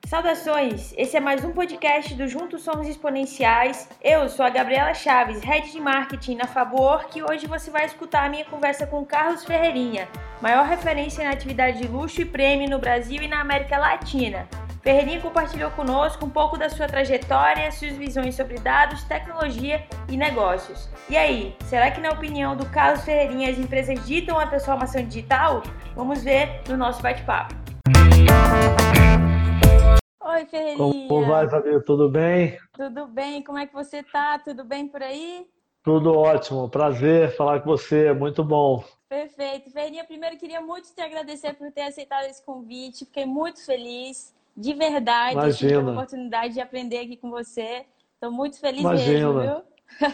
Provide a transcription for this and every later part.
Saudações! Esse é mais um podcast do Juntos Somos Exponenciais. Eu sou a Gabriela Chaves, Head de Marketing na Fabuwork, e hoje você vai escutar a minha conversa com Carlos Ferreirinha, maior referência na atividade de luxo e prêmio no Brasil e na América Latina. Ferreirinha compartilhou conosco um pouco da sua trajetória, suas visões sobre dados, tecnologia e negócios. E aí, será que na opinião do Carlos Ferreirinha as empresas ditam a transformação digital? Vamos ver no nosso bate-papo. Oi, Ferreirinha. Como vai, Fabio? Tudo bem? Tudo bem? Como é que você tá? Tudo bem por aí? Tudo ótimo. Prazer falar com você. Muito bom. Perfeito. Ferreirinha, primeiro queria muito te agradecer por ter aceitado esse convite. Fiquei muito feliz, de verdade, assim, ter a Imagina, oportunidade de aprender aqui com você. Estou muito feliz mesmo, imagina, viu?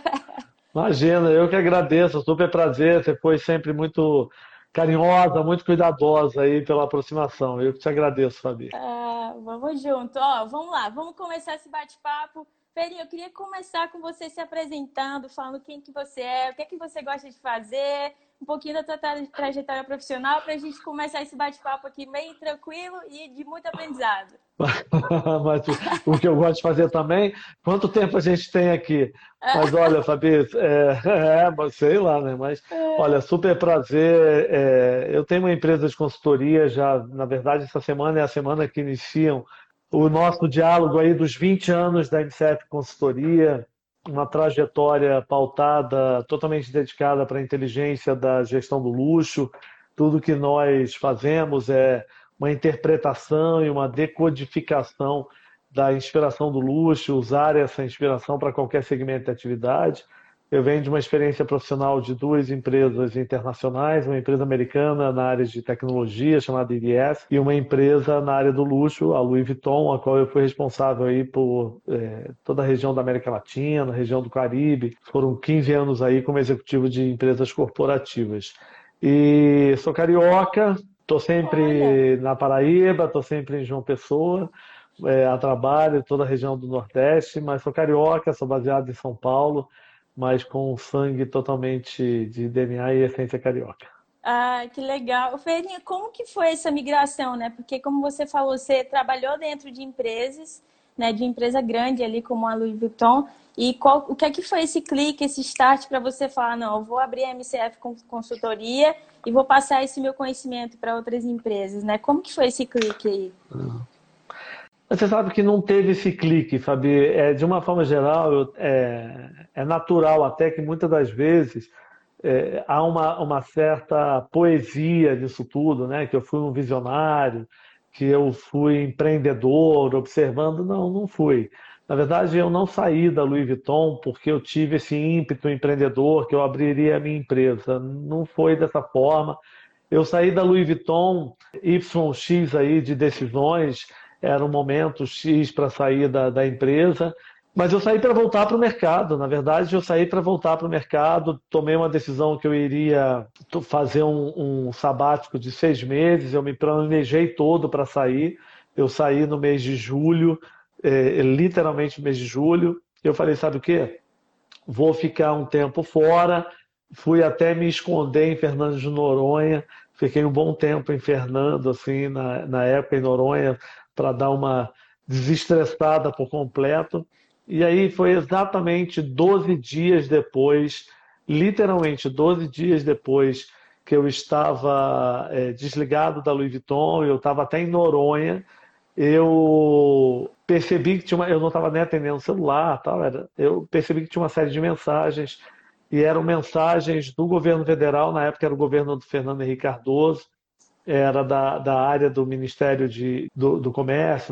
imagina. Eu que agradeço. Super prazer. Você foi sempre muito carinhosa, muito cuidadosa aí pela aproximação. Eu que te agradeço, Fabi. Vamos junto. Ó, vamos lá, vamos começar esse bate-papo. Ferreirinha, eu queria começar com você se apresentando, falando quem que você é, o que é que você gosta de fazer, um pouquinho da tua trajetória profissional, para a gente começar esse bate-papo aqui bem tranquilo e de muito aprendizado. Mas o que eu gosto de fazer também, quanto tempo a gente tem aqui? Mas olha, Fabi, mas sei lá, né? Mas olha, super prazer. Eu tenho uma empresa de consultoria já, na verdade, essa semana é a semana que iniciam o nosso diálogo aí dos 20 anos da INSEP Consultoria, uma trajetória pautada, totalmente dedicada para a inteligência da gestão do luxo. Tudo que nós fazemos é uma interpretação e uma decodificação da inspiração do luxo, usar essa inspiração para qualquer segmento de atividade. Eu venho de uma experiência profissional de duas empresas internacionais, uma empresa americana na área de tecnologia, chamada IDS, e uma empresa na área do luxo, a Louis Vuitton, a qual eu fui responsável aí por toda a região da América Latina, região do Caribe. Foram 15 anos aí como executivo de empresas corporativas. E sou carioca, estou Olha, sempre na Paraíba, estou sempre em João Pessoa, a trabalho, toda a região do Nordeste, mas sou carioca, sou baseado em São Paulo, mas com sangue totalmente de DNA e essência carioca. que legal. Ferreirinha, como que foi essa migração, né? Porque como você falou, você trabalhou dentro de empresas, né, de empresa grande ali como a Louis Vuitton, e o que é que foi esse clique, esse start para você falar, não, eu vou abrir a MCF Consultoria e vou passar esse meu conhecimento para outras empresas, né? Como que foi esse clique aí? Mas você sabe que não teve esse clique, Fabi. De uma forma geral, é natural até que muitas das vezes há uma certa poesia nisso tudo, né? Que eu fui um visionário, que eu fui empreendedor, observando. Não, não fui. Na verdade, eu não saí da Louis Vuitton porque eu tive esse ímpeto empreendedor que eu abriria a minha empresa. Não foi dessa forma. Eu saí da Louis Vuitton, YX aí de decisões, era um momento X para sair da empresa, mas eu saí para voltar para o mercado. Na verdade, eu saí para voltar para o mercado, tomei uma decisão que eu iria fazer um sabático de 6 meses, eu me planejei todo para sair. Eu saí no mês de julho, literalmente no mês de julho. Eu falei, sabe o quê? Vou ficar um tempo fora. Fui até me esconder em Fernando de Noronha. Fiquei um bom tempo em Fernando, assim, na época em Noronha, para dar uma desestressada por completo. E aí foi exatamente 12 dias depois, literalmente 12 dias depois, que eu estava desligado da Louis Vuitton, eu estava até em Noronha. Eu percebi que eu não estava nem atendendo o celular, tal, eu percebi que tinha uma série de mensagens, e eram mensagens do governo federal, na época era o governo do Fernando Henrique Cardoso, era da área do Ministério do Comércio,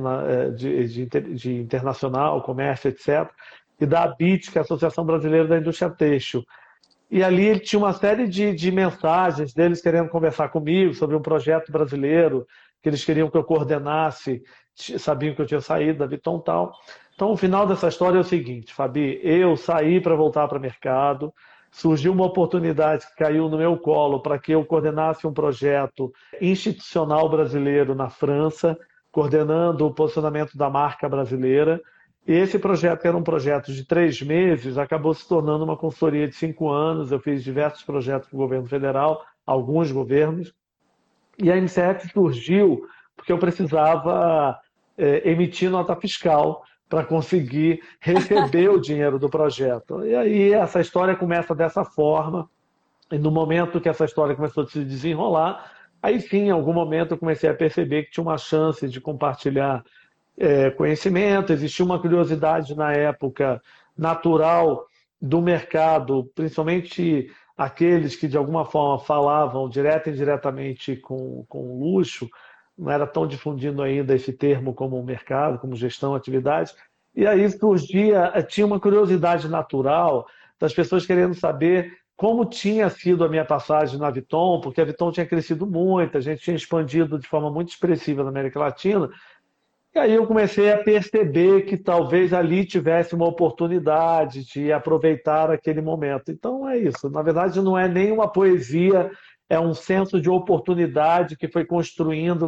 de Internacional, Comércio, etc., e da ABIT, que é a Associação Brasileira da Indústria Têxtil. E ali ele tinha uma série de mensagens deles querendo conversar comigo sobre um projeto brasileiro que eles queriam que eu coordenasse, sabiam que eu tinha saído da Vuitton e tal. Então, o final dessa história é o seguinte, Fabi, eu saí para voltar para o mercado, surgiu uma oportunidade que caiu no meu colo para que eu coordenasse um projeto institucional brasileiro na França, coordenando o posicionamento da marca brasileira. E esse projeto, que era um projeto de 3 meses, acabou se tornando uma consultoria de 5 anos. Eu fiz diversos projetos para o governo federal, alguns governos, e a MCF surgiu porque eu precisava emitir nota fiscal para conseguir receber o dinheiro do projeto. E aí essa história começa dessa forma, e no momento que essa história começou a se desenrolar, aí sim, em algum momento eu comecei a perceber que tinha uma chance de compartilhar conhecimento, existia uma curiosidade na época natural do mercado, principalmente aqueles que de alguma forma falavam direta e indiretamente com luxo, não era tão difundido ainda esse termo como mercado, como gestão, atividade, e aí surgia, tinha uma curiosidade natural das pessoas querendo saber como tinha sido a minha passagem na Vuitton, porque a Vuitton tinha crescido muito, a gente tinha expandido de forma muito expressiva na América Latina, e aí eu comecei a perceber que talvez ali tivesse uma oportunidade de aproveitar aquele momento. Então é isso. Na verdade, não é nem uma poesia, é um senso de oportunidade que foi construindo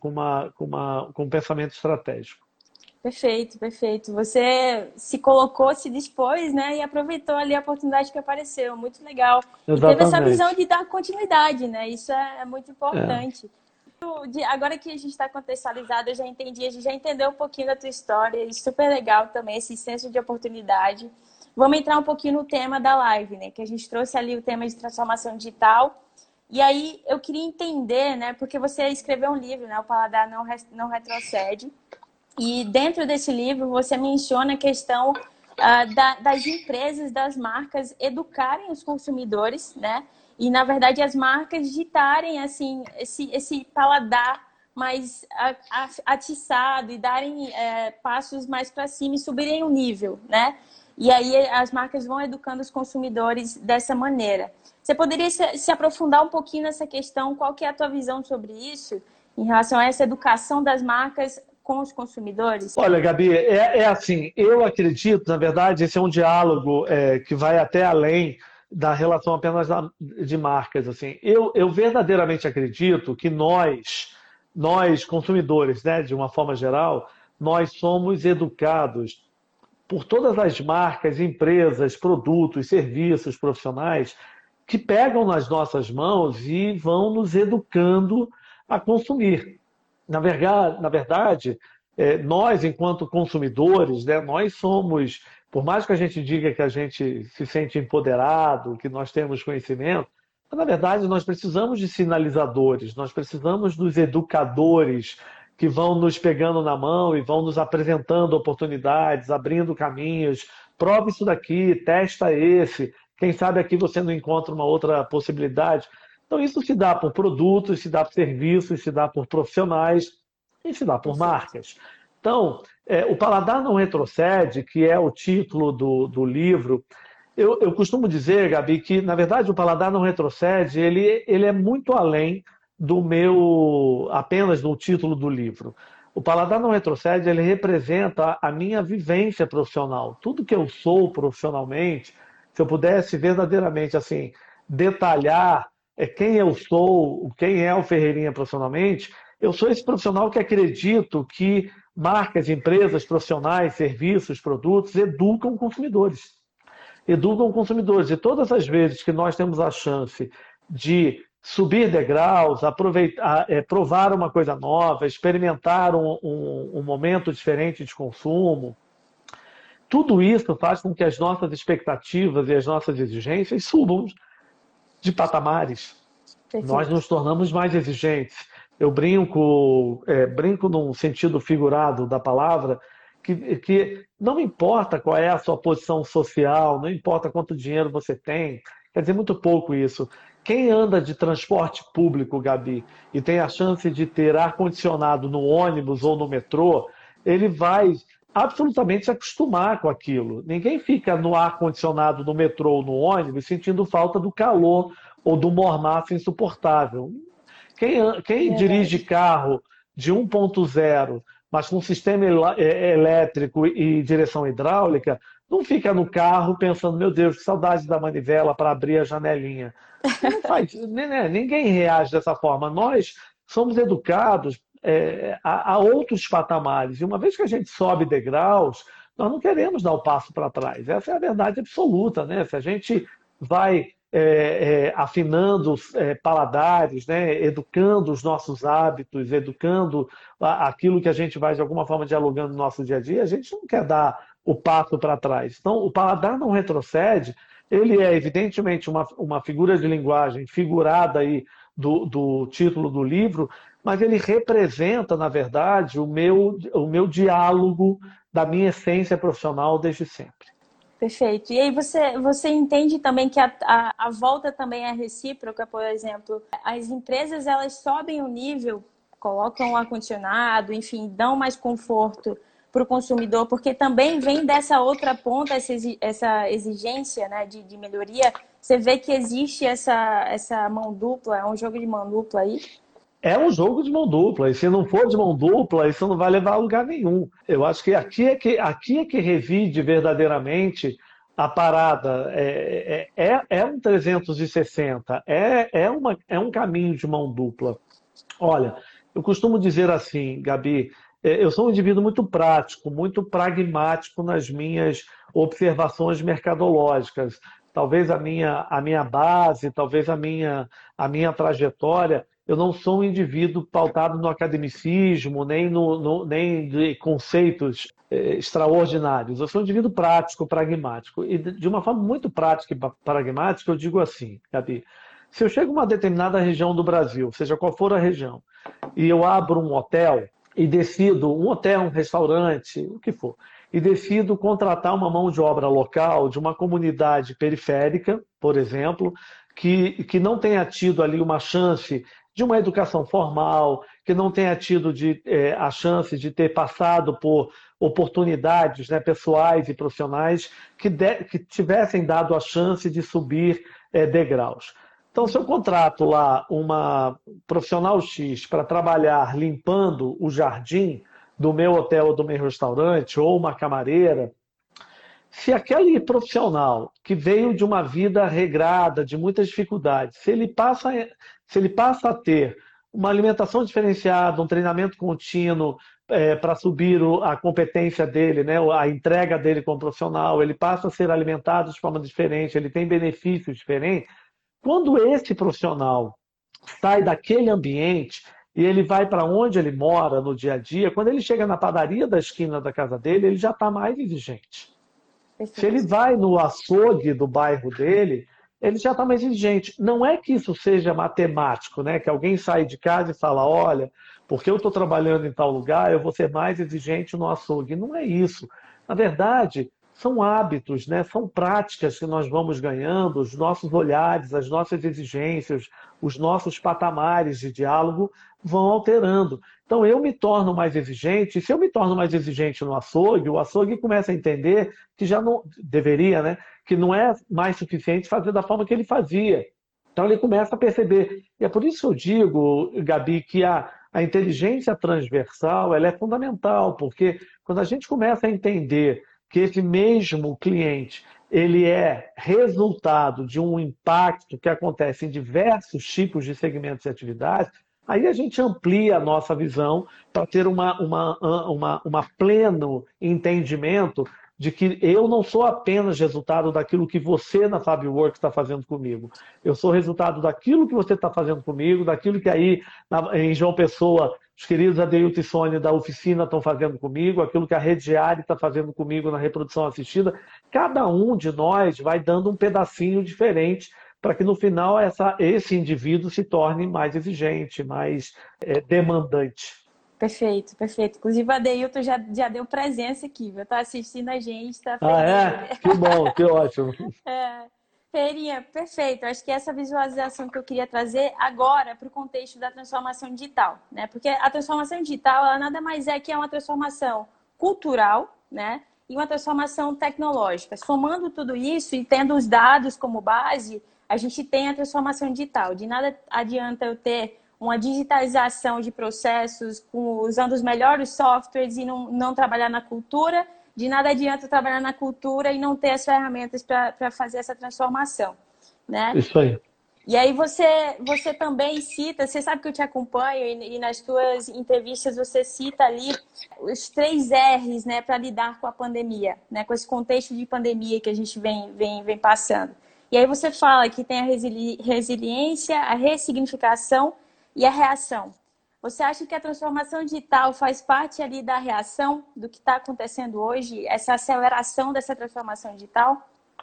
com um pensamento estratégico. Perfeito, perfeito. Você se colocou, se dispôs, né, e aproveitou ali a oportunidade que apareceu. Muito legal. E teve essa visão Exatamente. de dar continuidade, né? Isso é muito É, importante. Agora que a gente está contextualizado, eu já entendi, a gente já entendeu um pouquinho da tua história, e super legal também esse senso de oportunidade. Vamos entrar um pouquinho no tema da live, né? Que a gente trouxe ali o tema de transformação digital. E aí eu queria entender, né? Porque você escreveu um livro, né? O Paladar Não Retrocede. E dentro desse livro você menciona a questão das empresas, das marcas educarem os consumidores, né? E, na verdade, as marcas ditarem assim, esse paladar mais atiçado e darem passos mais para cima e subirem o nível, né? E aí as marcas vão educando os consumidores dessa maneira. Você poderia se aprofundar um pouquinho nessa questão? Qual que é a tua visão sobre isso, em relação a essa educação das marcas com os consumidores? olha, Gabi, é assim, eu acredito, na verdade, esse é um diálogo que vai até além da relação apenas de marcas. Assim, eu verdadeiramente acredito que nós consumidores, né, de uma forma geral, nós somos educados por todas as marcas, empresas, produtos, serviços, profissionais que pegam nas nossas mãos e vão nos educando a consumir. Na verdade, nós, enquanto consumidores, né, nós somos, por mais que a gente diga que a gente se sente empoderado, que nós temos conhecimento, mas, na verdade, nós precisamos de sinalizadores, nós precisamos dos educadores que vão nos pegando na mão e vão nos apresentando oportunidades, abrindo caminhos. Prove isso daqui, testa esse. Quem sabe aqui você não encontra uma outra possibilidade. Então, isso se dá por produtos, se dá por serviços, se dá por profissionais e se dá por Perfeito. marcas. Então, o Paladar Não Retrocede, que é o título do livro, eu costumo dizer, Gabi, que, na verdade, o Paladar Não Retrocede, ele é muito além do meu, apenas do título do livro. O Paladar Não Retrocede, ele representa a minha vivência profissional. Tudo que eu sou profissionalmente, se eu pudesse verdadeiramente, assim, detalhar quem eu sou, quem é o Ferreirinha profissionalmente, eu sou esse profissional que acredito que marcas, empresas, profissionais, serviços, produtos educam consumidores. Educam consumidores. E todas as vezes que nós temos a chance de subir degraus, aproveitar, provar uma coisa nova, experimentar um momento diferente de consumo, tudo isso faz com que as nossas expectativas e as nossas exigências subam de patamares. Nós Perfeito. nos tornamos mais exigentes. Eu brinco num sentido figurado da palavra, que não importa qual é a sua posição social, não importa quanto dinheiro você tem, quer dizer muito pouco isso. Quem anda de transporte público, Gabi, e tem a chance de ter ar-condicionado no ônibus ou no metrô, ele vai absolutamente se acostumar com aquilo. Ninguém fica no ar-condicionado no metrô ou no ônibus sentindo falta do calor ou do mormaço insuportável. Quem dirige Verdade. carro de 1.0, mas com sistema elétrico e direção hidráulica, não fica no carro pensando, meu Deus, que saudade da manivela para abrir a janelinha. Não faz, né? Ninguém reage dessa forma. Nós somos educados a outros patamares. E uma vez que a gente sobe degraus, nós não queremos dar o passo para trás. Essa é a verdade absoluta, né? Se a gente vai afinando paladares, né? Educando os nossos hábitos, educando aquilo que a gente vai, de alguma forma, dialogando no nosso dia a dia, a gente não quer dar o passo para trás. Então, o paladar não retrocede, ele é, evidentemente, uma figura de linguagem figurada aí do título do livro, mas ele representa, na verdade, o meu diálogo da minha essência profissional desde sempre. Perfeito. E aí você entende também que a volta também é recíproca, por exemplo, as empresas elas sobem o nível, colocam o ar-condicionado, enfim, dão mais conforto para o consumidor, porque também vem dessa outra ponta essa exigência, né, de melhoria. Você vê que existe essa mão dupla, é um jogo de mão dupla aí? É um jogo de mão dupla, e se não for de mão dupla, isso não vai levar a lugar nenhum. Eu acho que aqui é que reside verdadeiramente a parada. É um 360, é um caminho de mão dupla. Olha, eu costumo dizer assim, Gabi, eu sou um indivíduo muito prático, muito pragmático nas minhas observações mercadológicas. Talvez a minha base, talvez a minha trajetória, eu não sou um indivíduo pautado no academicismo, nem de conceitos extraordinários. Eu sou um indivíduo prático, pragmático. E de uma forma muito prática e pragmática, eu digo assim, Gabi, se eu chego a uma determinada região do Brasil, seja qual for a região, e eu abro um hotel e decido, um hotel, um restaurante, o que for, e decido contratar uma mão de obra local de uma comunidade periférica, por exemplo, que não tenha tido ali uma chance de uma educação formal, que não tenha tido a chance de ter passado por oportunidades, né, pessoais e profissionais que tivessem dado a chance de subir degraus. Então, se eu contrato lá uma profissional X para trabalhar limpando o jardim do meu hotel ou do meu restaurante, ou uma camareira, se aquele profissional que veio de uma vida regrada, de muitas dificuldades, se ele passa a ter uma alimentação diferenciada, um treinamento contínuo para subir a competência dele, né, a entrega dele como profissional, ele passa a ser alimentado de forma diferente, ele tem benefícios diferentes. Quando esse profissional sai daquele ambiente e ele vai para onde ele mora no dia a dia, quando ele chega na padaria da esquina da casa dele, ele já está mais exigente. Se ele vai no açougue do bairro dele, ele já está mais exigente. Não é que isso seja matemático, né? Que alguém sai de casa e fala, olha, porque eu estou trabalhando em tal lugar, eu vou ser mais exigente no açougue. Não é isso. Na verdade, são hábitos, né? São práticas que nós vamos ganhando, os nossos olhares, as nossas exigências, os nossos patamares de diálogo vão alterando. Então eu me torno mais exigente, e se eu me torno mais exigente no açougue, o açougue começa a entender que já não deveria, né? Que não é mais suficiente fazer da forma que ele fazia. Então ele começa a perceber. E é por isso que eu digo, Gabi, que a inteligência transversal ela é fundamental, porque quando a gente começa a entender que esse mesmo cliente ele é resultado de um impacto que acontece em diversos tipos de segmentos e atividades, aí a gente amplia a nossa visão para ter uma pleno entendimento de que eu não sou apenas resultado daquilo que você na Fab Works está fazendo comigo. Eu sou resultado daquilo que você está fazendo comigo, daquilo que aí em João Pessoa os queridos Adeilton e Sônia da oficina estão fazendo comigo, aquilo que a Rede Ari está fazendo comigo na reprodução assistida. Cada um de nós vai dando um pedacinho diferente para que no final esse indivíduo se torne mais exigente, mais demandante. Perfeito, perfeito. Inclusive, a Adeilton já deu presença aqui, viu? Tá assistindo a gente, tá Ah, feliz. é? Que bom, que ótimo. Ferreirinha, perfeito. Acho que essa visualização que eu queria trazer agora para o contexto da transformação digital, né? Porque a transformação digital, ela nada mais é que uma transformação cultural, né? E uma transformação tecnológica. Somando tudo isso e tendo os dados como base, a gente tem a transformação digital. De nada adianta eu ter uma digitalização de processos usando os melhores softwares e não trabalhar na cultura. De nada adianta trabalhar na cultura e não ter as ferramentas para fazer essa transformação, né? Isso aí. E aí você também cita, você sabe que eu te acompanho e nas tuas entrevistas você cita ali os 3 R's, né, para lidar com a pandemia, né, com esse contexto de pandemia que a gente vem passando. E aí você fala que tem a resiliência, a ressignificação e a reação. Você acha que a transformação digital faz parte ali da reação do que está acontecendo hoje, essa aceleração dessa transformação digital?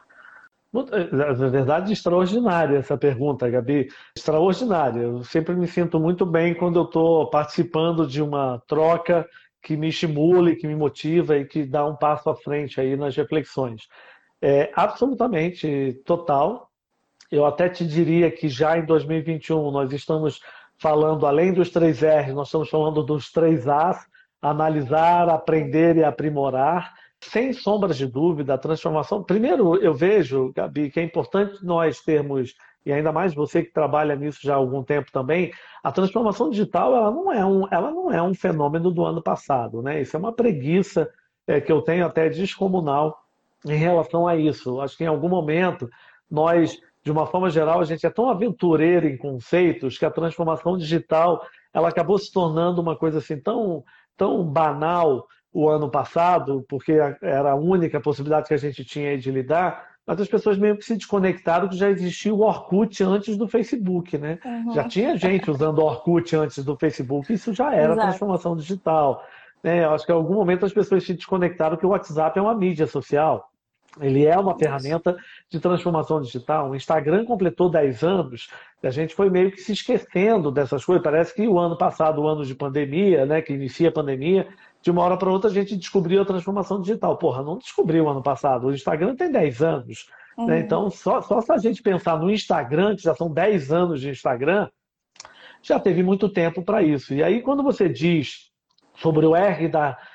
Na verdade, extraordinária essa pergunta, Gabi. Extraordinária. Eu sempre me sinto muito bem quando eu estou participando de uma troca que me estimule, que me motiva e que dá um passo à frente aí nas reflexões. É absolutamente total. Eu até te diria que já em 2021 nós estamos falando, além dos 3 R's, nós estamos falando dos 3 A's: analisar, aprender e aprimorar. Sem sombras de dúvida, a transformação. Primeiro, eu vejo, Gabi, que é importante nós termos, e ainda mais você que trabalha nisso já há algum tempo também, a transformação digital ela não é um fenômeno do ano passado, né? Isso é uma preguiça que eu tenho até descomunal em relação a isso. Acho que em algum momento nós, de uma forma geral, a gente é tão aventureiro em conceitos que a transformação digital ela acabou se tornando uma coisa assim tão banal o ano passado, porque era a única possibilidade que a gente tinha de lidar, mas as pessoas meio que se desconectaram que já existia o Orkut antes do Facebook, né? Já Uhum. tinha gente usando o Orkut antes do Facebook, isso já era Exato. transformação digital. Né? Eu acho que em algum momento as pessoas se desconectaram que o WhatsApp é uma mídia social. Ele é uma Isso. ferramenta de transformação digital. O Instagram completou 10 anos, e a gente foi meio que se esquecendo dessas coisas. Parece que o ano passado, o ano de pandemia, né, que inicia a pandemia, de uma hora para outra a gente descobriu a transformação digital. Porra, não descobriu o ano passado. O Instagram tem 10 anos. Né? Uhum. Então, só se a gente pensar no Instagram, que já são 10 anos de Instagram, já teve muito tempo para isso. E aí, quando você diz sobre o R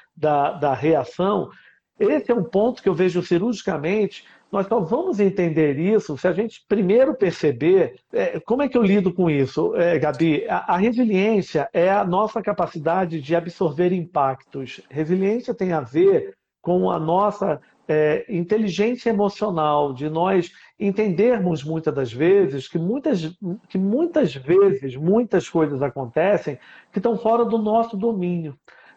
da reação, esse é um ponto que eu vejo cirurgicamente. Nós só vamos entender isso se a gente primeiro perceber como é que eu lido com isso, Gabi. A resiliência é a nossa capacidade de absorver impactos. Resiliência tem a ver com a nossa inteligência emocional, de nós entendermos muitas das vezes que muitas vezes muitas coisas acontecem que estão fora do nosso domínio.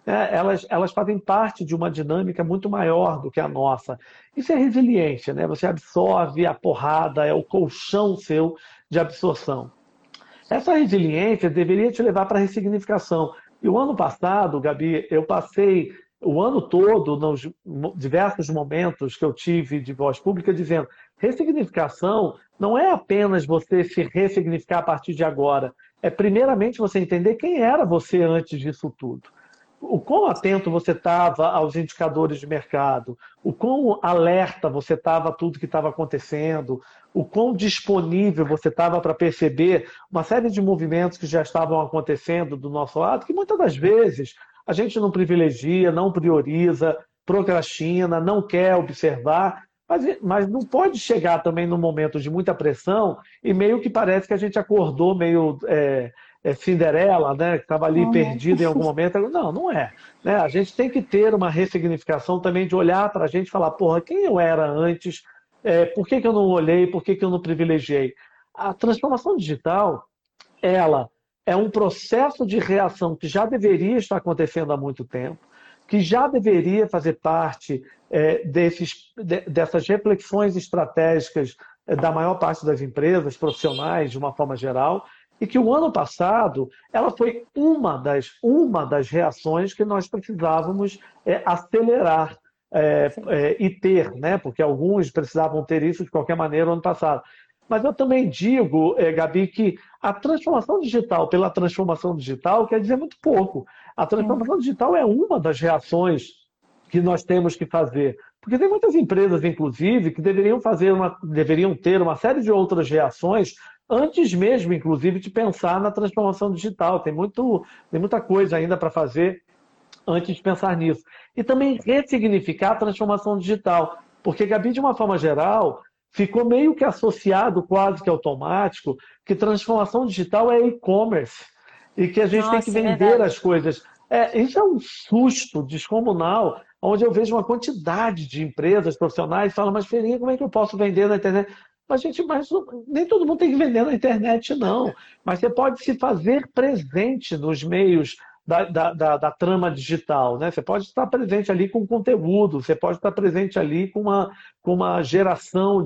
Elas fazem parte de uma dinâmica muito maior do que a nossa. Isso é resiliência, né? Você absorve a porrada, é o colchão seu de absorção. Essa resiliência deveria te levar para a ressignificação. E o ano passado, Gabi, eu passei o ano todo, nos diversos momentos que eu tive de voz pública, dizendo: ressignificação não é apenas você se ressignificar a partir de agora. É primeiramente você entender quem era você antes disso tudo. O quão atento você estava aos indicadores de mercado, o quão alerta você estava a tudo que estava acontecendo, o quão disponível você estava para perceber uma série de movimentos que já estavam acontecendo do nosso lado, que muitas das vezes a gente não privilegia, não prioriza, procrastina, não quer observar, mas não pode chegar também num momento de muita pressão e meio que parece que a gente acordou meio Cinderela, né, que estava ali Uhum. perdida em algum momento. Não, não é. Né? A gente tem que ter uma ressignificação também de olhar para a gente e falar: porra, quem eu era antes? Por que eu não olhei? Por que eu não privilegiei? A transformação digital, ela é um processo de reação que já deveria estar acontecendo há muito tempo, que já deveria fazer parte dessas reflexões estratégicas da maior parte das empresas profissionais, de uma forma geral, e que o ano passado ela foi uma das reações que nós precisávamos acelerar e ter, né? Porque alguns precisavam ter isso de qualquer maneira no ano passado. Mas eu também digo, Gabi, que a transformação digital pela transformação digital quer dizer muito pouco. A transformação digital é uma das reações que nós temos que fazer. Porque tem muitas empresas, inclusive, que deveriam ter uma série de outras reações antes mesmo, inclusive, de pensar na transformação digital. Tem muita coisa ainda para fazer antes de pensar nisso. E também ressignificar a transformação digital. Porque, Gabi, de uma forma geral, ficou meio que associado, quase que automático, que transformação digital é e-commerce e que a gente tem que Nossa, é vender verdade. as coisas. Isso é um susto descomunal, onde eu vejo uma quantidade de empresas profissionais que falam: mas Ferinha, como é que eu posso vender na internet? Mas, gente, nem todo mundo tem que vender na internet, não. Mas você pode se fazer presente nos meios da trama digital, né? Você pode estar presente ali com conteúdo, você pode estar presente ali com uma geração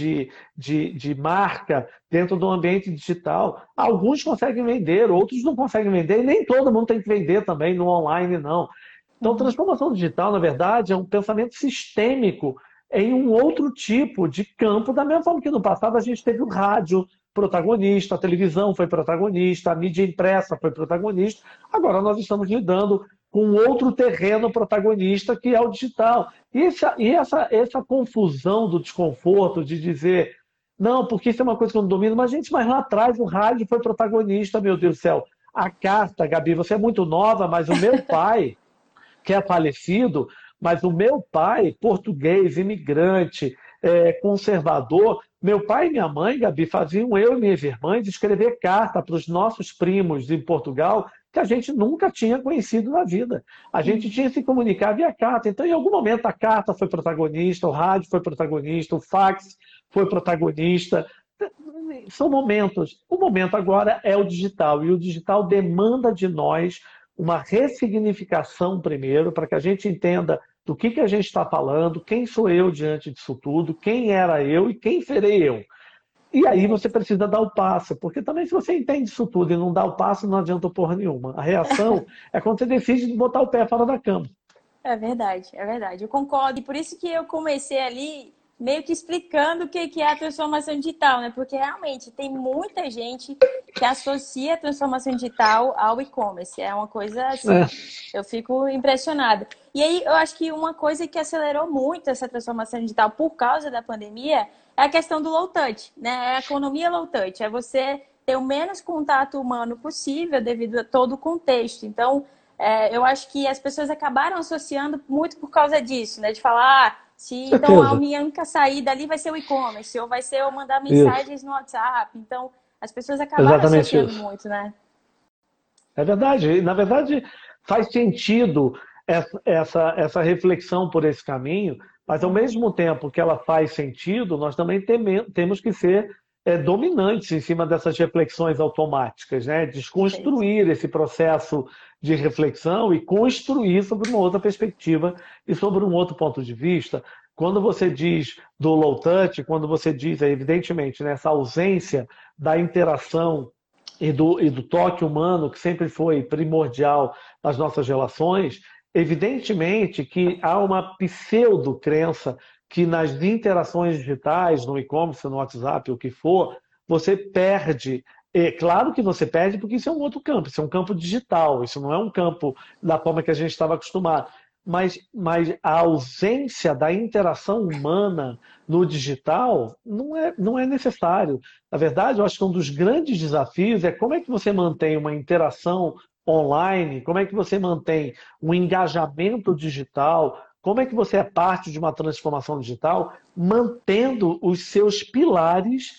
de marca dentro do ambiente digital. Alguns conseguem vender, outros não conseguem vender, e nem todo mundo tem que vender também no online, não. Então, Uhum. transformação digital, na verdade, é um pensamento sistêmico em um outro tipo de campo, da mesma forma que no passado a gente teve o rádio protagonista, a televisão foi protagonista, a mídia impressa foi protagonista. Agora nós estamos lidando com outro terreno protagonista, que é o digital. Essa confusão do desconforto de dizer, não, porque isso é uma coisa que eu não domino, mas lá atrás o rádio foi protagonista, meu Deus do céu. A carta, Gabi, você é muito nova, mas o meu pai, que é falecido, mas o meu pai, português, imigrante, conservador, meu pai e minha mãe, Gabi, faziam eu e minhas irmãs escrever carta para os nossos primos em Portugal que a gente nunca tinha conhecido na vida. A gente tinha que se comunicar via carta. Então, em algum momento, a carta foi protagonista, o rádio foi protagonista, o fax foi protagonista. São momentos. O momento agora é o digital, e o digital demanda de nós uma ressignificação primeiro, para que a gente entenda do que a gente está falando, quem sou eu diante disso tudo, quem era eu e quem serei eu. E aí você precisa dar o passo, porque também se você entende isso tudo e não dá o passo, não adianta porra nenhuma. A reação é quando você decide botar o pé fora da cama. É verdade, é verdade. Eu concordo. E por isso que eu comecei ali meio que explicando o que é a transformação digital, né? Porque realmente tem muita gente que associa a transformação digital ao e-commerce. É uma coisa assim, eu fico impressionada. E aí eu acho que uma coisa que acelerou muito essa transformação digital por causa da pandemia é a questão do low touch, né? É a economia low touch. É você ter o menos contato humano possível devido a todo o contexto. Então, eu acho que as pessoas acabaram associando muito por causa disso, né? De falar, então a Certeza. minha única saída ali vai ser o e-commerce, ou vai ser eu mandar Isso. mensagens no WhatsApp. Então, as pessoas acabaram Exatamente associando isso. muito, né? É verdade. E, na verdade, faz sentido essa reflexão por esse caminho, mas ao Uhum. mesmo tempo que ela faz sentido, nós também temos que ser dominantes em cima dessas reflexões automáticas, né? Perfeito. Desconstruir esse processo de reflexão e construir sobre uma outra perspectiva e sobre um outro ponto de vista. Quando você diz do low touch, quando você diz, evidentemente, nessa ausência da interação e do toque humano, que sempre foi primordial nas nossas relações, evidentemente que há uma pseudo-crença que nas interações digitais, no e-commerce, no WhatsApp, o que for, você perde. É claro que você perde porque isso é um outro campo, isso é um campo digital, isso não é um campo da forma que a gente estava acostumado. Mas a ausência da interação humana no digital não é necessário. Na verdade, eu acho que um dos grandes desafios é como é que você mantém uma interação online, como é que você mantém um engajamento digital, como é que você é parte de uma transformação digital, mantendo os seus pilares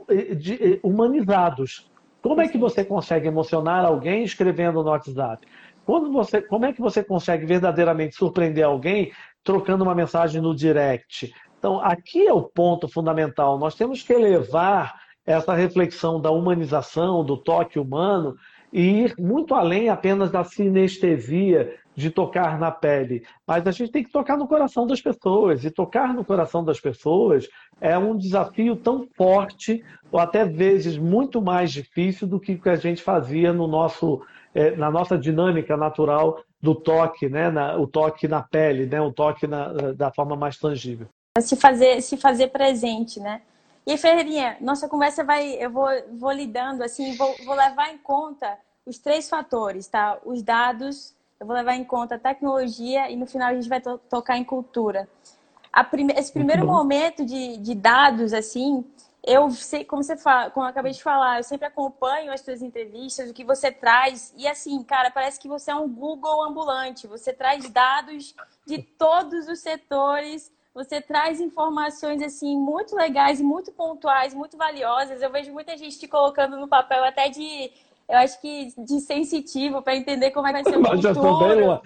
humanizados. Como é que você Perfeito. consegue emocionar alguém escrevendo no WhatsApp? Como é que você consegue verdadeiramente surpreender alguém trocando uma mensagem no direct? Então, aqui é o ponto fundamental. Nós temos que elevar essa reflexão da humanização, do toque humano, e ir muito além apenas da sinestesia de tocar na pele. Mas a gente tem que tocar no coração das pessoas. E tocar no coração das pessoas é um desafio tão forte, ou até vezes muito mais difícil do que o que a gente fazia na nossa dinâmica natural do toque, né? O toque na pele, né? O toque da forma mais tangível. Se fazer presente, né? E aí, Ferreirinha, nossa conversa eu vou lidando assim, vou levar em conta os três fatores, tá? Os dados, eu vou levar em conta a tecnologia e no final a gente vai tocar em cultura. Esse Muito primeiro bom. momento de dados, assim, eu sei, como você fala, como eu acabei de falar, eu sempre acompanho as suas entrevistas, o que você traz, e assim, cara, parece que você é um Google ambulante, você traz dados de todos os setores, você traz informações, assim, muito legais, muito pontuais, muito valiosas. Eu vejo muita gente te colocando no papel até eu acho que de sensitivo, para entender como é que vai ser o Mas já estou bem futuro. longe.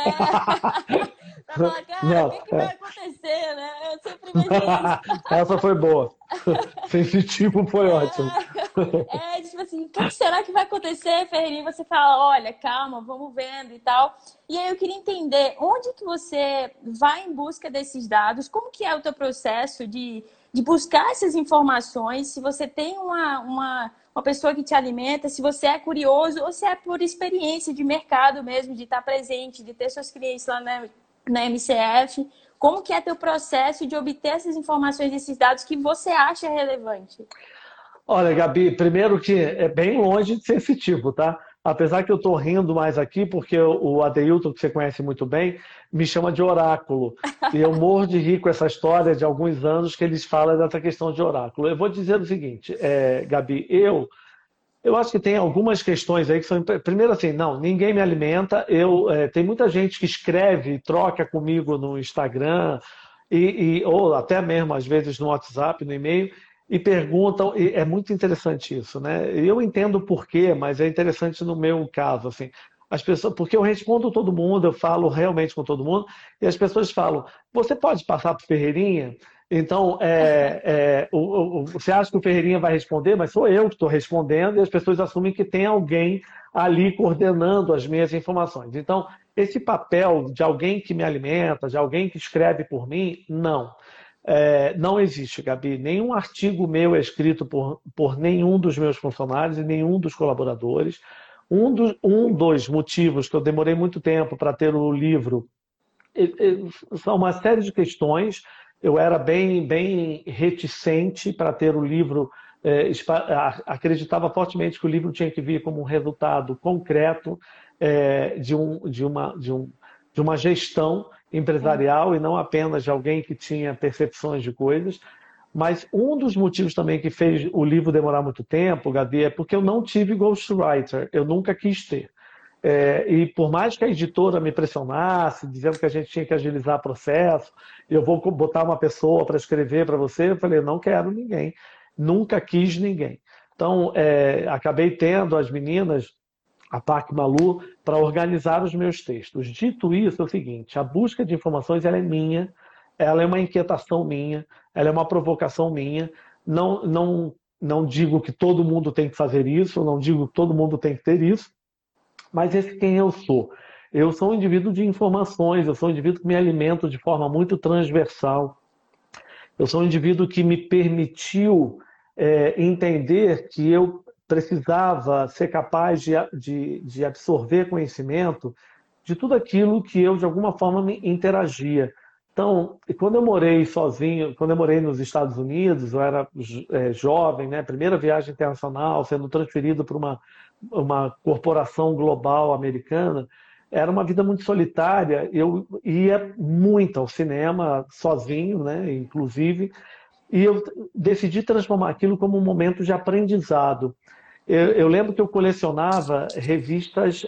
Para falar, cara, o Não, que vai acontecer, né? Eu sempre vejo isso. essa foi boa. Sensitivo foi ótimo. Tipo assim, que será que vai acontecer, Ferreirinha? Você fala, olha, calma, vamos vendo e tal. E aí eu queria entender onde que você vai em busca desses dados, como que é o teu processo de buscar essas informações, se você tem uma pessoa que te alimenta, se você é curioso ou se é por experiência de mercado mesmo, de estar presente, de ter seus clientes lá na MCF. Como que é teu processo de obter essas informações, esses dados que você acha relevante? Olha, Gabi, primeiro que é bem longe de ser esse tipo, tá? Apesar que eu estou rindo mais aqui, porque o Adeilton, que você conhece muito bem, me chama de oráculo. E eu morro de rir com essa história de alguns anos que eles falam dessa questão de oráculo. Eu vou dizer o seguinte, Gabi, eu acho que tem algumas questões aí que são. Primeiro, assim, não, ninguém me alimenta. Tem muita gente que escreve, troca comigo no Instagram, ou até mesmo, às vezes, no WhatsApp, no e-mail, e perguntam. E é muito interessante isso, né? Eu entendo o porquê, mas é interessante no meu caso, assim. As pessoas, porque eu respondo todo mundo, eu falo realmente com todo mundo, e as pessoas falam: você pode passar para o Ferreirinha? Então, você acha que o Ferreirinha vai responder, mas sou eu que estou respondendo e as pessoas assumem que tem alguém ali coordenando as minhas informações. Então, esse papel de alguém que me alimenta, de alguém que escreve por mim, não. Não existe, Gabi. Nenhum artigo meu é escrito por nenhum dos meus funcionários e nenhum dos colaboradores. Um dos motivos que eu demorei muito tempo para ter o livro são uma série de questões. Eu era bem reticente para ter o livro, acreditava fortemente que o livro tinha que vir como um resultado concreto de uma gestão empresarial e não apenas de alguém que tinha percepções de coisas. Mas um dos motivos também que fez o livro demorar muito tempo, Gabi, é porque eu não tive ghostwriter, eu nunca quis ter. E por mais que a editora me pressionasse, dizendo que a gente tinha que agilizar o processo, eu vou botar uma pessoa para escrever para você, eu falei, não quero ninguém, nunca quis ninguém. Então, acabei tendo as meninas, a Pac e Malu, para organizar os meus textos. Dito isso, é o seguinte, a busca de informações ela é minha, ela é uma inquietação minha, ela é uma provocação minha, não digo que todo mundo tem que fazer isso, não digo que todo mundo tem que ter isso, mas esse é quem eu sou. Eu sou um indivíduo de informações, eu sou um indivíduo que me alimento de forma muito transversal. Eu sou um indivíduo que me permitiu entender que eu precisava ser capaz de absorver conhecimento de tudo aquilo que eu, de alguma forma, me interagia. Então, quando eu morei sozinho, quando eu morei nos Estados Unidos, eu era jovem, né? Primeira viagem internacional, sendo transferido para uma corporação global americana, era uma vida muito solitária. Eu ia muito ao cinema, sozinho, né? Inclusive, e eu decidi transformar aquilo como um momento de aprendizado. Eu lembro que eu colecionava revistas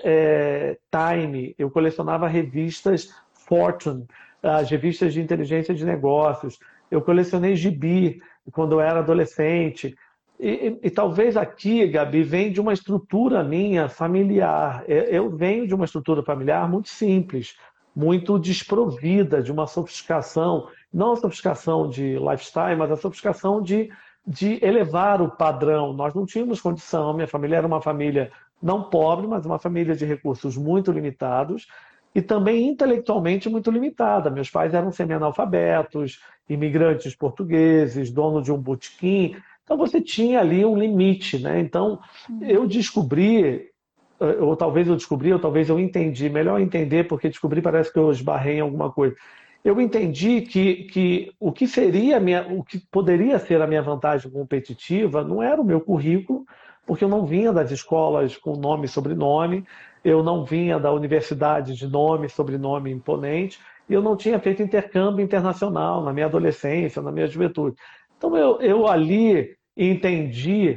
Time, eu colecionava revistas Fortune, as revistas de inteligência de negócios. Eu colecionei gibi quando eu era adolescente. E talvez aqui, Gabi, vem de uma estrutura minha familiar. Eu venho de uma estrutura familiar muito simples, muito desprovida de uma sofisticação, não a sofisticação de lifestyle, mas a sofisticação de elevar o padrão. Nós não tínhamos condição, minha família era uma família não pobre, mas uma família de recursos muito limitados e também intelectualmente muito limitada. Meus pais eram semi-analfabetos, imigrantes portugueses, dono de um botequim. Então você tinha ali um limite, né? Então eu descobri, ou talvez eu descobri, ou talvez eu entendi, melhor entender, porque descobri parece que eu esbarrei em alguma coisa. Eu entendi que o que o que poderia ser a minha vantagem competitiva não era o meu currículo, porque eu não vinha das escolas com nome e sobrenome, eu não vinha da universidade de nome e sobrenome imponente, e eu não tinha feito intercâmbio internacional na minha adolescência, na minha juventude. Então eu ali entendi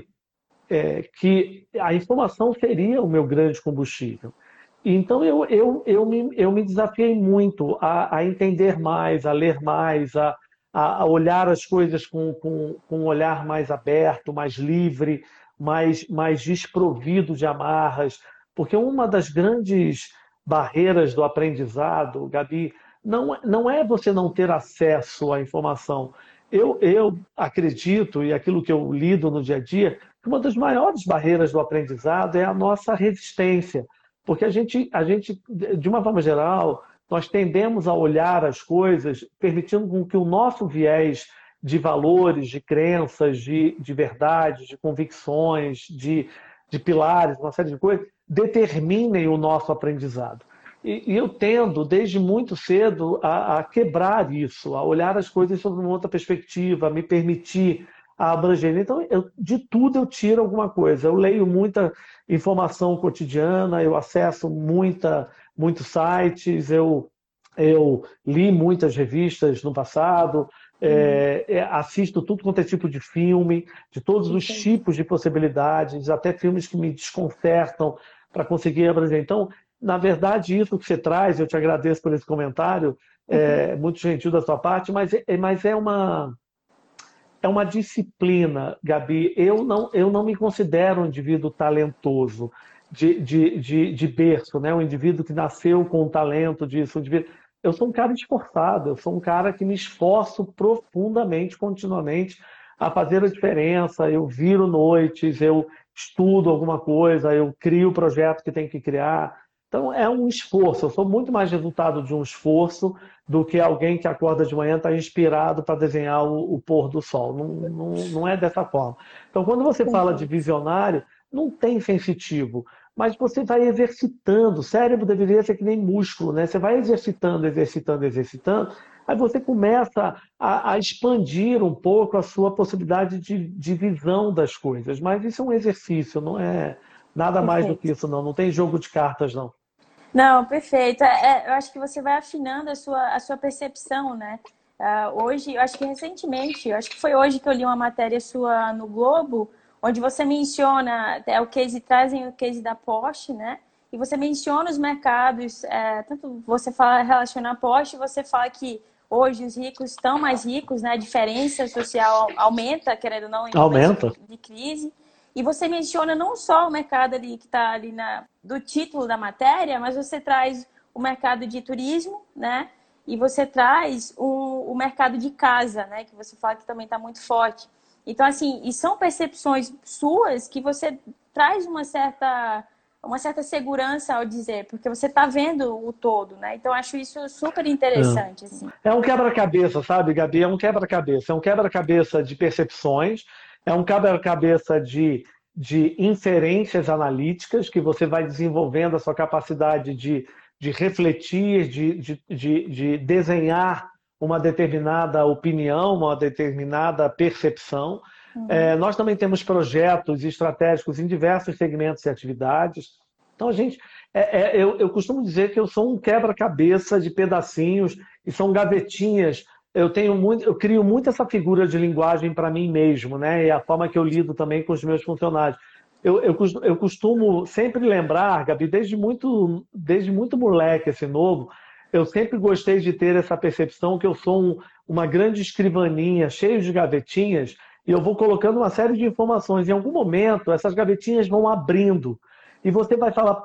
que a informação seria o meu grande combustível. Então eu me desafiei muito a entender mais, a ler mais, a olhar as coisas com um olhar mais aberto, mais livre, mais desprovido de amarras, porque uma das grandes barreiras do aprendizado, Gabi, não é você não ter acesso à informação. Eu acredito, e aquilo que eu lido no dia a dia, que que uma das maiores barreiras do aprendizado é a nossa resistência, porque de uma forma geral, nós tendemos a olhar as coisas permitindo com que o nosso viés de valores, de crenças, de verdades, de convicções, de pilares, uma série de coisas, determinem o nosso aprendizado. E eu tendo, desde muito cedo, a quebrar isso, a olhar as coisas sob uma outra perspectiva, a me permitir a abranger. Então, de tudo eu tiro alguma coisa. Eu leio muita informação cotidiana, eu acesso muitos sites, eu li muitas revistas no passado, assisto tudo quanto é tipo de filme, de todos os tipos de possibilidades, até filmes que me desconcertam para conseguir abranger. Então, na verdade, isso que você traz, eu te agradeço por esse comentário, é muito gentil da sua parte, mas é uma disciplina, Gabi. Eu não me considero um indivíduo talentoso de berço, né? Um indivíduo que nasceu com o talento disso. Eu sou um cara esforçado, eu sou um cara que me esforço profundamente, continuamente, a fazer a diferença. Eu viro noites, eu estudo alguma coisa, eu crio o projeto que tem que criar. Então, é um esforço. Eu sou muito mais resultado de um esforço do que alguém que acorda de manhã está inspirado para desenhar o pôr do sol. Não é dessa forma. Então, quando você fala de visionário, não tem sensitivo, mas você vai exercitando. O cérebro deveria ser que nem músculo, né? Você vai exercitando, exercitando, exercitando, aí você começa a expandir um pouco a sua possibilidade de visão das coisas. Mas isso é um exercício, não é nada mais do que isso, não. Não tem jogo de cartas, não. Não, perfeito. Eu acho que você vai afinando a sua percepção, né? Hoje, eu acho que recentemente, eu acho que foi hoje que eu li uma matéria sua no Globo, onde você menciona, trazem o case da Porsche, né? E você menciona os mercados, tanto você fala relacionar a Porsche, você fala que hoje os ricos estão mais ricos, né? A diferença social aumenta, querendo ou não, em momentos de crise. E você menciona não só o mercado ali que está ali do título da matéria, mas você traz o mercado de turismo, né? E você traz o mercado de casa, né? Que você fala que também está muito forte. Então, assim, e são percepções suas que você traz uma certa segurança ao dizer, porque você está vendo o todo, né? Então, acho isso super interessante. Assim. É um quebra-cabeça, sabe, Gabi? É um quebra-cabeça. É um quebra-cabeça de percepções, é um quebra-cabeça de inferências analíticas, que você vai desenvolvendo a sua capacidade de refletir, de desenhar uma determinada opinião, uma determinada percepção. Nós também temos projetos estratégicos em diversos segmentos e atividades. Então, eu costumo dizer que eu sou um quebra-cabeça de pedacinhos e são gavetinhas. Eu crio muito essa figura de linguagem para mim mesmo, né? E a forma que eu lido também com os meus funcionários. Eu costumo sempre lembrar, Gabi, desde muito moleque, esse novo, eu sempre gostei de ter essa percepção que eu sou uma grande escrivaninha, cheia de gavetinhas, e eu vou colocando uma série de informações. Em algum momento, essas gavetinhas vão abrindo. E você vai falar,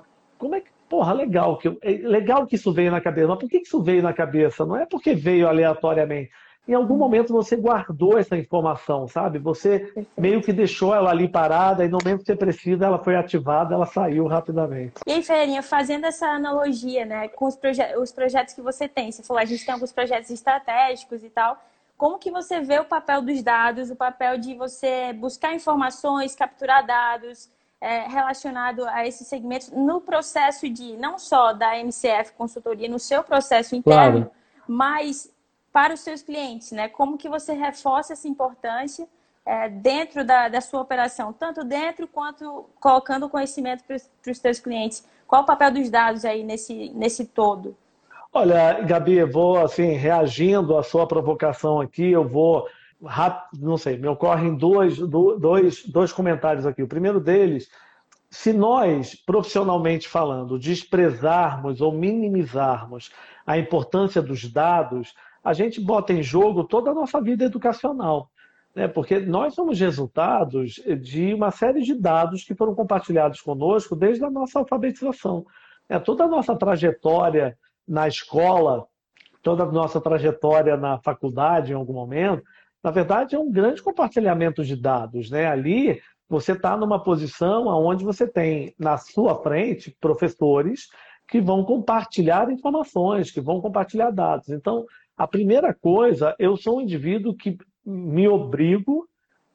legal que isso veio na cabeça. Mas por que isso veio na cabeça? Não é porque veio aleatoriamente. Em algum momento você guardou essa informação, sabe? Você meio que deixou ela ali parada e no momento que você precisa, ela foi ativada, ela saiu rapidamente. E aí, Ferreirinha, fazendo essa analogia, né, com os projetos que você tem, você falou, a gente tem alguns projetos estratégicos e tal, como que você vê o papel dos dados, o papel de você buscar informações, capturar dados relacionado a esses segmentos no processo não só da MCF Consultoria, no seu processo interno, mas para os seus clientes, né? Como que você reforça essa importância dentro da sua operação, tanto dentro quanto colocando conhecimento para os seus clientes? Qual o papel dos dados aí nesse todo? Olha, Gabi, vou assim, reagindo à sua provocação aqui, eu vou rápido, não sei, me ocorrem dois comentários aqui. O primeiro deles, se nós, profissionalmente falando, desprezarmos ou minimizarmos a importância dos dados, a gente bota em jogo toda a nossa vida educacional, né? Porque nós somos resultados de uma série de dados que foram compartilhados conosco desde a nossa alfabetização. Toda a nossa trajetória na escola, toda a nossa trajetória na faculdade, em algum momento, na verdade, é um grande compartilhamento de dados, né? Ali você está numa posição onde você tem na sua frente professores que vão compartilhar informações, que vão compartilhar dados. Então, a primeira coisa, eu sou um indivíduo que me obrigo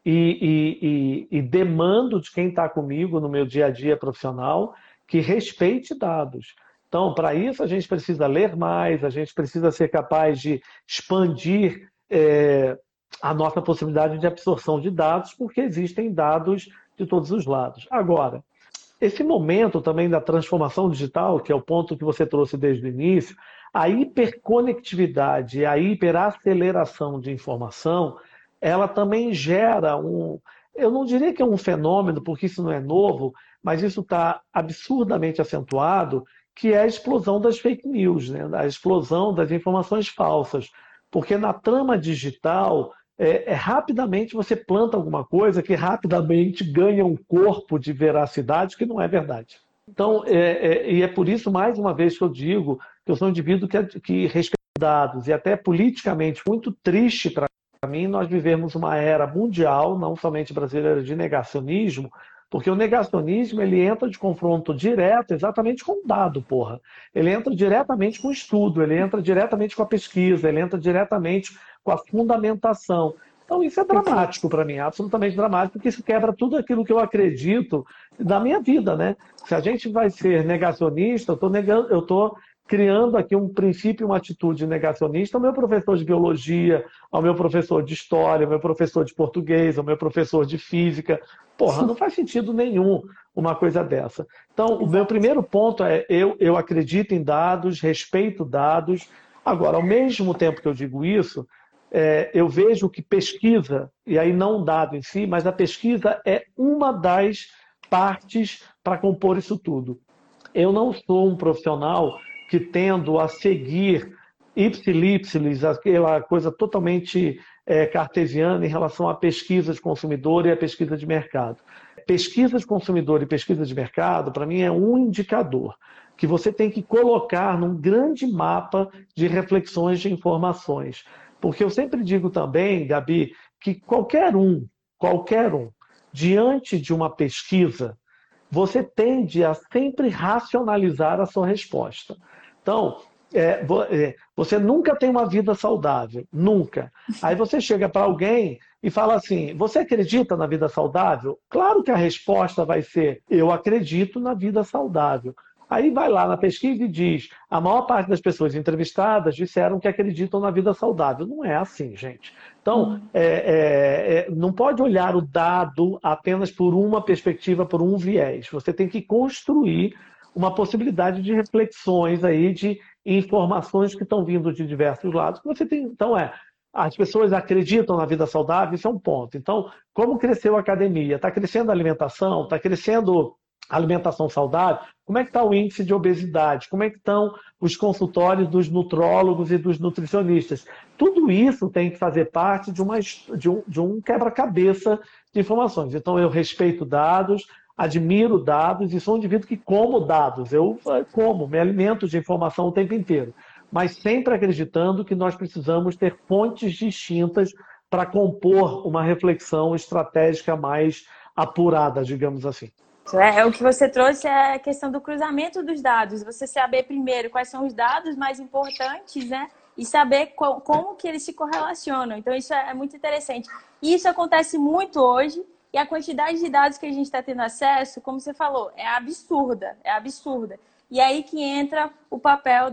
e demando de quem está comigo no meu dia a dia profissional que respeite dados. Então, para isso, a gente precisa ler mais, a gente precisa ser capaz de expandir a nossa possibilidade de absorção de dados, porque existem dados de todos os lados. Agora, esse momento também da transformação digital, que é o ponto que você trouxe desde o início, a hiperconectividade, a hiperaceleração de informação, ela também gera eu não diria que é um fenômeno, porque isso não é novo, mas isso está absurdamente acentuado, que é a explosão das fake news, né? A explosão das informações falsas. Porque na trama digital, rapidamente você planta alguma coisa que rapidamente ganha um corpo de veracidade que não é verdade. Então, e é por isso, mais uma vez, que eu digo que eu sou um indivíduo que respeita dados, e até politicamente muito triste para mim nós vivemos uma era mundial, não somente brasileira, de negacionismo, porque o negacionismo ele entra de confronto direto exatamente com o dado, porra. Ele entra diretamente com o estudo, ele entra diretamente com a pesquisa, ele entra diretamente com a fundamentação. Então isso é dramático para mim, absolutamente dramático, porque isso quebra tudo aquilo que eu acredito da minha vida, né? Se a gente vai ser negacionista, eu estou criando aqui um princípio, uma atitude negacionista ao meu professor de biologia, ao meu professor de história, ao meu professor de português, ao meu professor de física. Porra, não faz sentido nenhum uma coisa dessa. Então, o meu primeiro ponto é eu acredito em dados, respeito dados. Agora, ao mesmo tempo que eu digo isso, eu vejo que pesquisa, e aí não o dado em si, mas a pesquisa é uma das partes para compor isso tudo. Eu não sou um profissional que tendo a seguir ipsilípsilis, aquela coisa totalmente cartesiana em relação à pesquisa de consumidor e à pesquisa de mercado. Pesquisa de consumidor e pesquisa de mercado, para mim, é um indicador que você tem que colocar num grande mapa de reflexões de informações. Porque eu sempre digo também, Gabi, que qualquer um, diante de uma pesquisa, você tende a sempre racionalizar a sua resposta. Então, você nunca tem uma vida saudável, nunca. Aí você chega para alguém e fala assim, você acredita na vida saudável? Claro que a resposta vai ser, eu acredito na vida saudável. Aí vai lá na pesquisa e diz, a maior parte das pessoas entrevistadas disseram que acreditam na vida saudável. Não é assim, gente. Então, não pode olhar o dado apenas por uma perspectiva, por um viés. Você tem que construir uma possibilidade de reflexões aí, de informações que estão vindo de diversos lados. Você tem, então, as pessoas acreditam na vida saudável, isso é um ponto. Então, como cresceu a academia? Está crescendo a alimentação? Está crescendo a alimentação saudável? Como é que está o índice de obesidade? Como é que estão os consultórios dos nutrólogos e dos nutricionistas? Tudo isso tem que fazer parte de um quebra-cabeça de informações. Então, eu respeito dados, admiro dados e sou um indivíduo que como dados. Eu me alimento de informação o tempo inteiro. Mas sempre acreditando que nós precisamos ter fontes distintas para compor uma reflexão estratégica mais apurada, digamos assim. O que você trouxe é a questão do cruzamento dos dados. Você saber primeiro quais são os dados mais importantes, né? E saber como que eles se correlacionam. Então, isso é muito interessante. E isso acontece muito hoje. E a quantidade de dados que a gente está tendo acesso, como você falou, é absurda. É absurda. E aí que entra o papel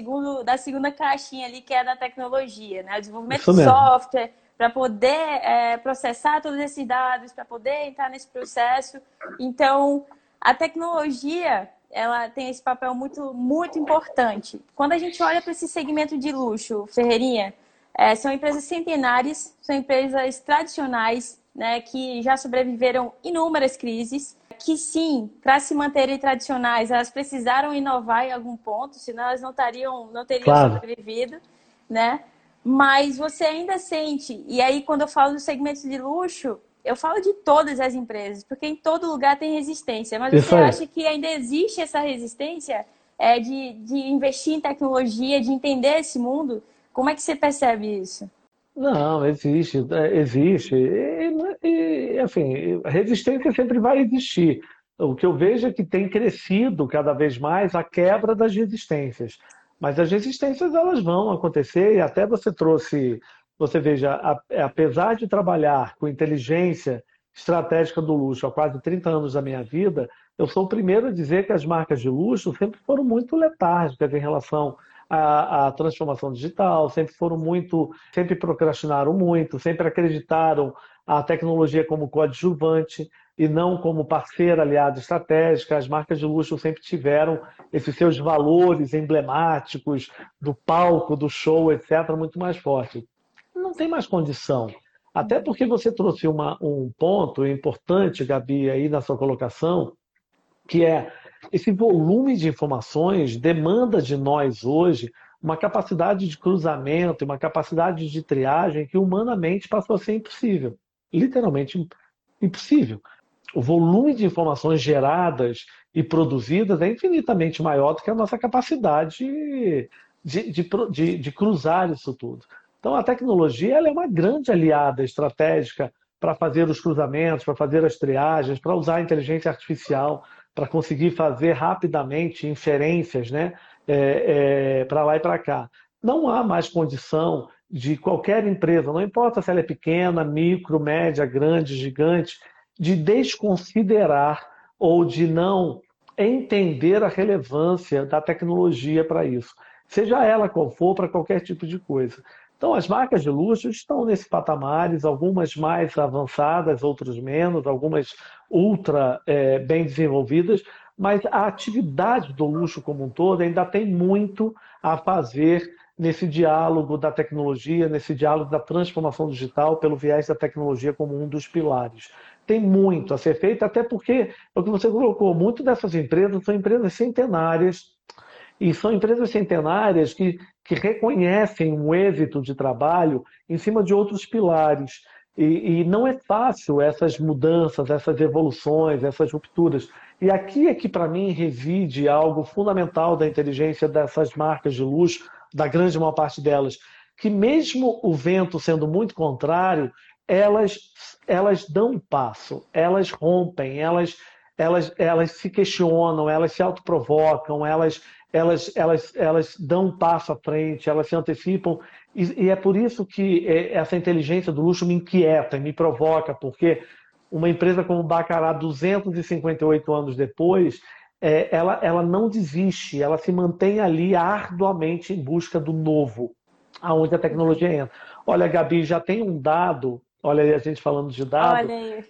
da segunda caixinha ali, que é da tecnologia, né? O desenvolvimento de software, para poder processar todos esses dados, para poder entrar nesse processo. Então, a tecnologia, ela tem esse papel muito, muito importante. Quando a gente olha para esse segmento de luxo, Ferreirinha, são empresas centenárias, são empresas tradicionais, né, que já sobreviveram inúmeras crises, que sim, para se manterem tradicionais, elas precisaram inovar em algum ponto, senão elas não teriam sobrevivido, né? Mas você ainda sente, e aí quando eu falo do segmento de luxo, eu falo de todas as empresas, porque em todo lugar tem resistência. Mas você acha que ainda existe essa resistência de investir em tecnologia, de entender esse mundo? Como é que você percebe isso? Não, existe. E assim, a resistência sempre vai existir. O que eu vejo é que tem crescido cada vez mais a quebra das resistências. Mas as resistências elas vão acontecer e até você trouxe, você veja, apesar de trabalhar com inteligência estratégica do luxo há quase 30 anos da minha vida, eu sou o primeiro a dizer que as marcas de luxo sempre foram muito letárgicas em relação à transformação digital, sempre procrastinaram muito, sempre acreditaram a tecnologia como coadjuvante e não como parceira aliada estratégica. As marcas de luxo sempre tiveram esses seus valores emblemáticos do palco, do show, etc., muito mais forte. Não tem mais condição. Até porque você trouxe um ponto importante, Gabi, aí na sua colocação, que é esse volume de informações demanda de nós hoje uma capacidade de cruzamento, uma capacidade de triagem que humanamente passou a ser impossível. Literalmente impossível. O volume de informações geradas e produzidas é infinitamente maior do que a nossa capacidade de cruzar isso tudo. Então, a tecnologia ela é uma grande aliada estratégica para fazer os cruzamentos, para fazer as triagens, para usar a inteligência artificial, para conseguir fazer rapidamente inferências, né, para lá e para cá. Não há mais condição de qualquer empresa, não importa se ela é pequena, micro, média, grande, gigante, de desconsiderar ou de não entender a relevância da tecnologia para isso, seja ela qual for, para qualquer tipo de coisa. Então, as marcas de luxo estão nesse patamares, algumas mais avançadas, outras menos, algumas ultra bem desenvolvidas, mas a atividade do luxo como um todo ainda tem muito a fazer nesse diálogo da tecnologia, nesse diálogo da transformação digital pelo viés da tecnologia como um dos pilares. Tem muito a ser feito, até porque, é o que você colocou, muitas dessas empresas são empresas centenárias, e são empresas centenárias que reconhecem um êxito de trabalho em cima de outros pilares. E não é fácil essas mudanças, essas evoluções, essas rupturas. E aqui é que, para mim, reside algo fundamental da inteligência dessas marcas de luxo, da grande maior parte delas, que mesmo o vento sendo muito contrário, elas dão um passo, elas rompem, elas se questionam, elas se autoprovocam, elas dão um passo à frente, elas se antecipam. E é por isso que essa inteligência do luxo me inquieta, me provoca, porque uma empresa como Baccarat, 258 anos depois, ela não desiste, ela se mantém ali arduamente em busca do novo, aonde a tecnologia entra. Olha, Gabi, já tem um dado, olha aí a gente falando de dado, Olha aí.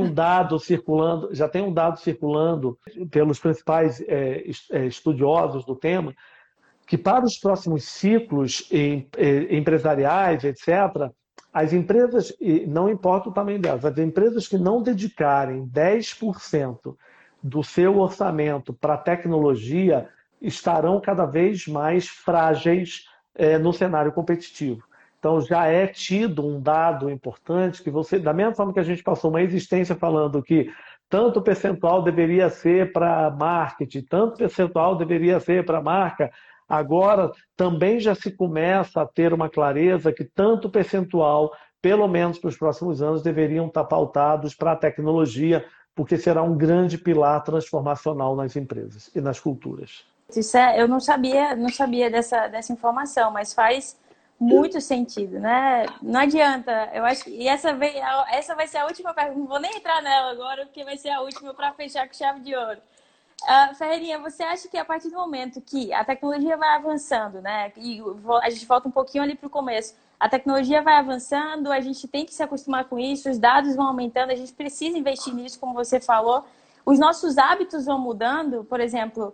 já tem um dado circulando pelos principais estudiosos do tema, que para os próximos ciclos empresariais, etc., as empresas, não importa o tamanho delas, as empresas que não dedicarem 10% do seu orçamento para a tecnologia estarão cada vez mais frágeis no cenário competitivo. Então já é tido um dado importante que você, da mesma forma que a gente passou uma existência falando que tanto percentual deveria ser para marketing, tanto percentual deveria ser para marca, agora também já se começa a ter uma clareza que tanto percentual, pelo menos para os próximos anos, deveriam estar pautados para a tecnologia, porque será um grande pilar transformacional nas empresas e nas culturas. Eu não sabia dessa informação, mas faz muito sentido, né? Não adianta, eu acho que e essa vai ser a última pergunta, não vou nem entrar nela agora, porque vai ser a última para fechar com chave de ouro. Ferreirinha, você acha que a partir do momento que a tecnologia vai avançando, né? E a gente volta um pouquinho ali para o começo, a tecnologia vai avançando, a gente tem que se acostumar com isso, os dados vão aumentando, a gente precisa investir nisso, como você falou, os nossos hábitos vão mudando, por exemplo,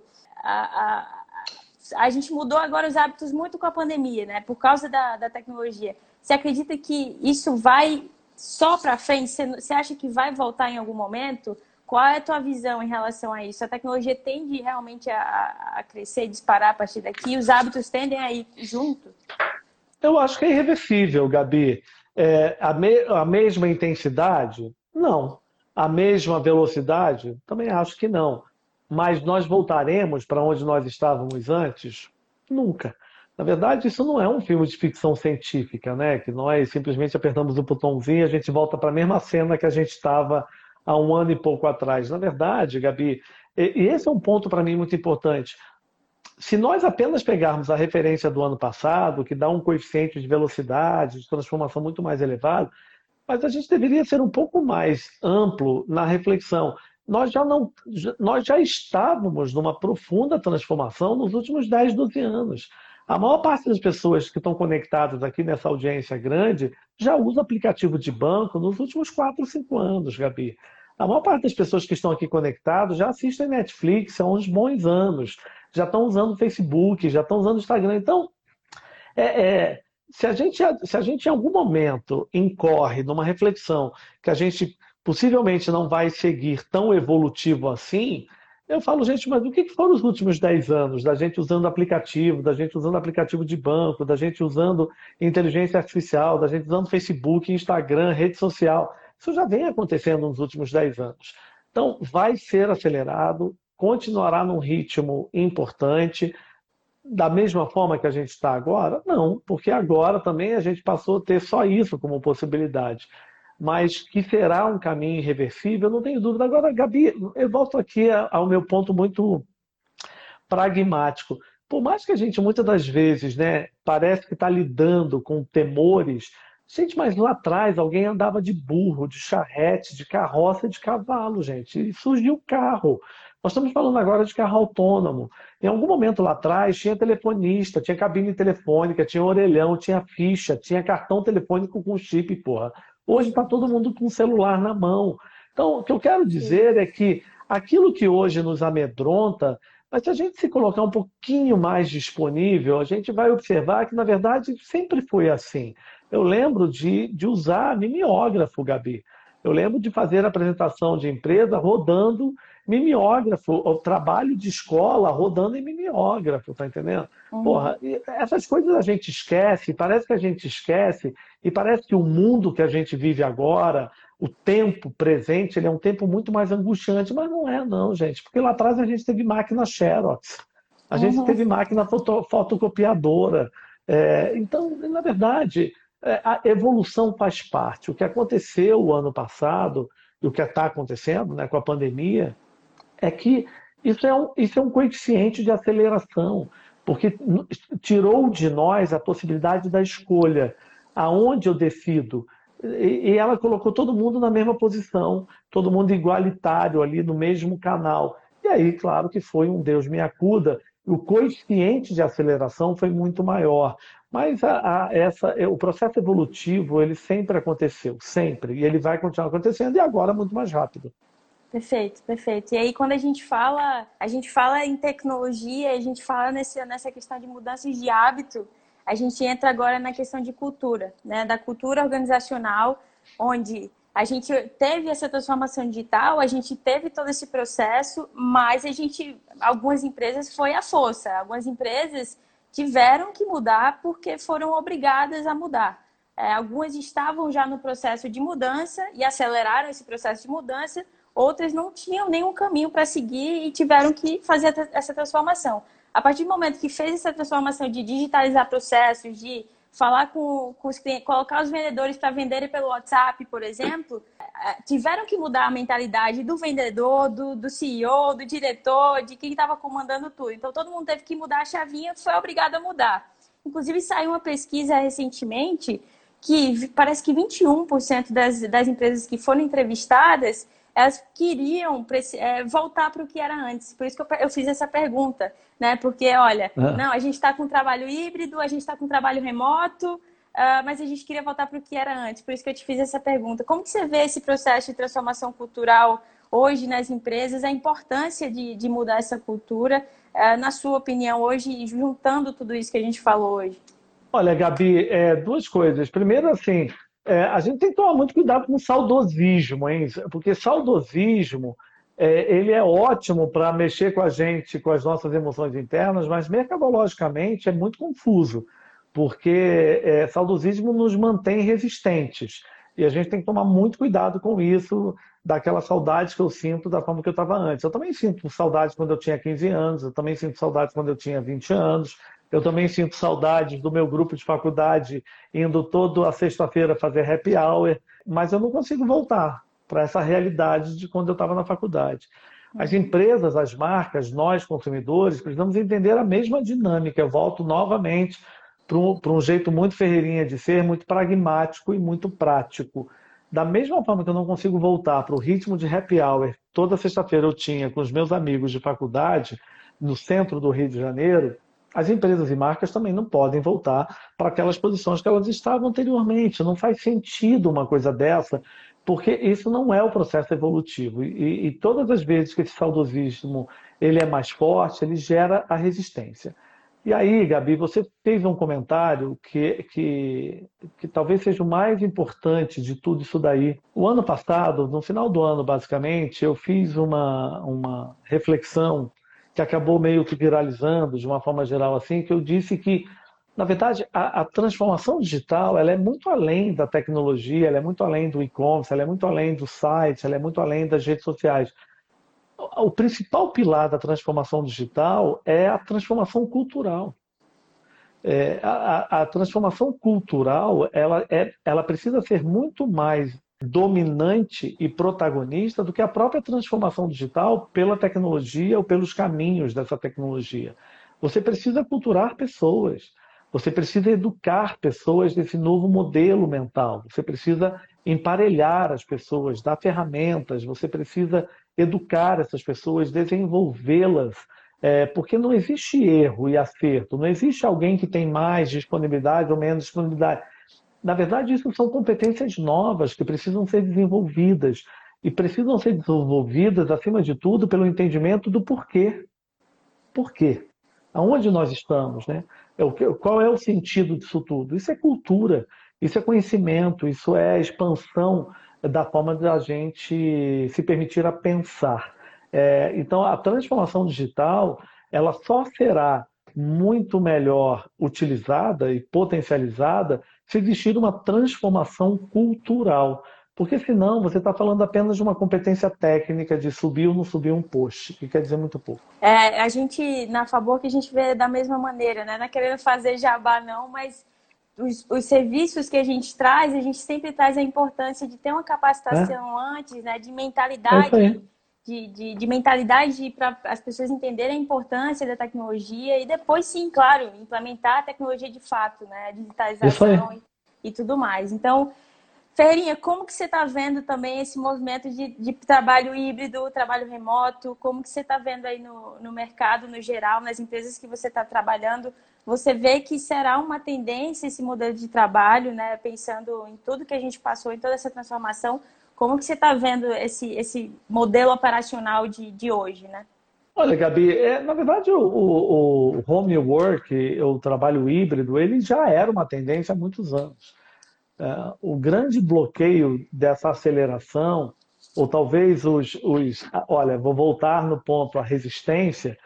a gente mudou agora os hábitos muito com a pandemia, né? Por causa da tecnologia. Você acredita que isso vai só para frente? Você acha que vai voltar em algum momento? Qual é a tua visão em relação a isso? A tecnologia tende realmente a crescer, disparar a partir daqui? Os hábitos tendem a ir junto? Eu acho que é irreversível, Gabi. A mesma intensidade? Não. A mesma velocidade? Também acho que não. Mas nós voltaremos para onde nós estávamos antes? Nunca. Na verdade, isso não é um filme de ficção científica, né? Que nós simplesmente apertamos o botãozinho e a gente volta para a mesma cena que a gente estava há um ano e pouco atrás. Na verdade, Gabi, e esse é um ponto para mim muito importante. Se nós apenas pegarmos a referência do ano passado, que dá um coeficiente de velocidade, de transformação muito mais elevado, mas a gente deveria ser um pouco mais amplo na reflexão. Nós já não, nós já estávamos numa profunda transformação nos últimos 10, 12 anos. A maior parte das pessoas que estão conectadas aqui nessa audiência grande já usa aplicativo de banco nos últimos 4, 5 anos, Gabi. A maior parte das pessoas que estão aqui conectadas já assistem Netflix há uns bons anos, já estão usando o Facebook, já estão usando o Instagram. Então, se a gente em algum momento incorre numa reflexão que a gente possivelmente não vai seguir tão evolutivo assim, eu falo, gente, mas o que foram os últimos 10 anos da gente usando aplicativo, da gente usando aplicativo de banco, da gente usando inteligência artificial, da gente usando Facebook, Instagram, rede social? Isso já vem acontecendo nos últimos 10 anos. Então, vai ser acelerado, continuará num ritmo importante, da mesma forma que a gente está agora? Não, porque agora também a gente passou a ter só isso como possibilidade. Mas que será um caminho irreversível, eu não tenho dúvida. Agora, Gabi, eu volto aqui ao meu ponto muito pragmático. Por mais que a gente muitas das vezes, né, parece que está lidando com temores, gente, mas lá atrás alguém andava de burro, de charrete, de carroça, de cavalo, gente, e surgiu o carro. Nós estamos falando agora de carro autônomo. Em algum momento lá atrás tinha telefonista, tinha cabine telefônica, tinha orelhão, tinha ficha, tinha cartão telefônico com chip, porra. Hoje está todo mundo com o celular na mão. Então, o que eu quero dizer é que aquilo que hoje nos amedronta, mas se a gente se colocar um pouquinho mais disponível, a gente vai observar que, na verdade, sempre foi assim. Eu lembro de usar mimeógrafo, Gabi. Eu lembro de fazer apresentação de empresa rodando mimeógrafo, o trabalho de escola rodando em mimeógrafo, tá entendendo? Porra, essas coisas a gente esquece, parece que a gente esquece, e parece que o mundo que a gente vive agora, o tempo presente, ele é um tempo muito mais angustiante, mas não é não, gente, porque lá atrás a gente teve máquina Xerox, a gente teve máquina fotocopiadora, então, na verdade, a evolução faz parte. O que aconteceu o ano passado, e o que está acontecendo, né, com a pandemia, é que isso é um coeficiente de aceleração, porque tirou de nós a possibilidade da escolha, aonde eu decido. E ela colocou todo mundo na mesma posição, todo mundo igualitário ali no mesmo canal. E aí, claro que foi um Deus me acuda, o coeficiente de aceleração foi muito maior. Mas o processo evolutivo, ele sempre aconteceu, sempre. E ele vai continuar acontecendo, e agora muito mais rápido. Perfeito, perfeito. E aí, quando a gente fala em tecnologia, a gente fala nessa questão de mudanças de hábito, a gente entra agora na questão de cultura, né? Da cultura organizacional, onde a gente teve essa transformação digital, a gente teve todo esse processo, mas algumas empresas foi à força, algumas empresas tiveram que mudar porque foram obrigadas a mudar. Algumas estavam já no processo de mudança e aceleraram esse processo de mudança, outras não tinham nenhum caminho para seguir e tiveram que fazer essa transformação. A partir do momento que fez essa transformação de digitalizar processos, de falar com os clientes, colocar os vendedores para venderem pelo WhatsApp, por exemplo, tiveram que mudar a mentalidade do vendedor, do CEO, do diretor, de quem estava comandando tudo. Então, todo mundo teve que mudar a chavinha, foi obrigado a mudar. Inclusive, saiu uma pesquisa recentemente que parece que 21% das empresas que foram entrevistadas, elas queriam voltar para o que era antes. Por isso que eu fiz essa pergunta, né? Porque, olha, não, a gente está com trabalho híbrido, a gente está com trabalho remoto, mas a gente queria voltar para o que era antes. Por isso que eu te fiz essa pergunta. Como que você vê esse processo de transformação cultural hoje nas empresas, a importância de mudar essa cultura, na sua opinião, hoje, juntando tudo isso que a gente falou hoje? Olha, Gabi, duas coisas. Primeiro, assim, a gente tem que tomar muito cuidado com o saudosismo, hein? Porque saudosismo, ele é ótimo para mexer com a gente, com as nossas emoções internas, mas mercadologicamente é muito confuso, porque saudosismo nos mantém resistentes. E a gente tem que tomar muito cuidado com isso, daquela saudade que eu sinto da forma que eu estava antes. Eu também sinto saudade quando eu tinha 15 anos, eu também sinto saudade quando eu tinha 20 anos, Eu também sinto saudades do meu grupo de faculdade, indo toda a sexta-feira fazer happy hour, mas eu não consigo voltar para essa realidade de quando eu estava na faculdade. As empresas, as marcas, nós consumidores, precisamos entender a mesma dinâmica. Eu volto novamente para um jeito muito Ferreirinha de ser, muito pragmático e muito prático. Da mesma forma que eu não consigo voltar para o ritmo de happy hour, toda sexta-feira eu tinha com os meus amigos de faculdade, no centro do Rio de Janeiro, as empresas e marcas também não podem voltar para aquelas posições que elas estavam anteriormente. Não faz sentido uma coisa dessa, porque isso não é o processo evolutivo. E todas as vezes que esse saudosismo ele é mais forte, ele gera a resistência. E aí, Gabi, você fez um comentário que talvez seja o mais importante de tudo isso daí. O ano passado, no final do ano, basicamente, eu fiz uma reflexão que acabou meio que viralizando de uma forma geral assim, que eu disse que, na verdade, a transformação digital ela é muito além da tecnologia, ela é muito além do e-commerce, ela é muito além do site, ela é muito além das redes sociais. O principal pilar da transformação digital é a transformação cultural. A transformação cultural ela precisa ser muito mais dominante e protagonista do que a própria transformação digital pela tecnologia ou pelos caminhos dessa tecnologia. Você precisa culturar pessoas, você precisa educar pessoas desse novo modelo mental, você precisa emparelhar as pessoas, dar ferramentas, você precisa educar essas pessoas, desenvolvê-las, porque não existe erro e acerto, não existe alguém que tem mais disponibilidade ou menos disponibilidade. Na verdade, isso são competências novas que precisam ser desenvolvidas. E precisam ser desenvolvidas, acima de tudo, pelo entendimento do porquê. Por quê? Aonde nós estamos, né? Qual é o sentido disso tudo? Isso é cultura, isso é conhecimento, isso é expansão da forma da gente se permitir a pensar. Então, a transformação digital, ela só será muito melhor utilizada e potencializada se existir uma transformação cultural. Porque senão você está falando apenas de uma competência técnica de subir ou não subir um post, que quer dizer muito pouco. A gente, na Fabor, que a gente vê da mesma maneira, né? Não é querendo fazer jabá, não, mas os serviços que a gente sempre traz a importância de ter uma capacitação antes, né? De mentalidade. De mentalidade para as pessoas entenderem a importância da tecnologia e depois, sim, claro, implementar a tecnologia de fato, né? A digitalização e tudo mais. Então, Ferreirinha, como que você está vendo também esse movimento de trabalho híbrido, trabalho remoto? Como que você está vendo aí no mercado, no geral, nas empresas que você está trabalhando? Você vê que será uma tendência esse modelo de trabalho, né? Pensando em tudo que a gente passou, em toda essa transformação, como que você está vendo esse modelo operacional de hoje, né? Olha, Gabi, na verdade o home work, o trabalho híbrido, ele já era uma tendência há muitos anos. O grande bloqueio dessa aceleração, ou talvez olha, vou voltar no ponto, a resistência,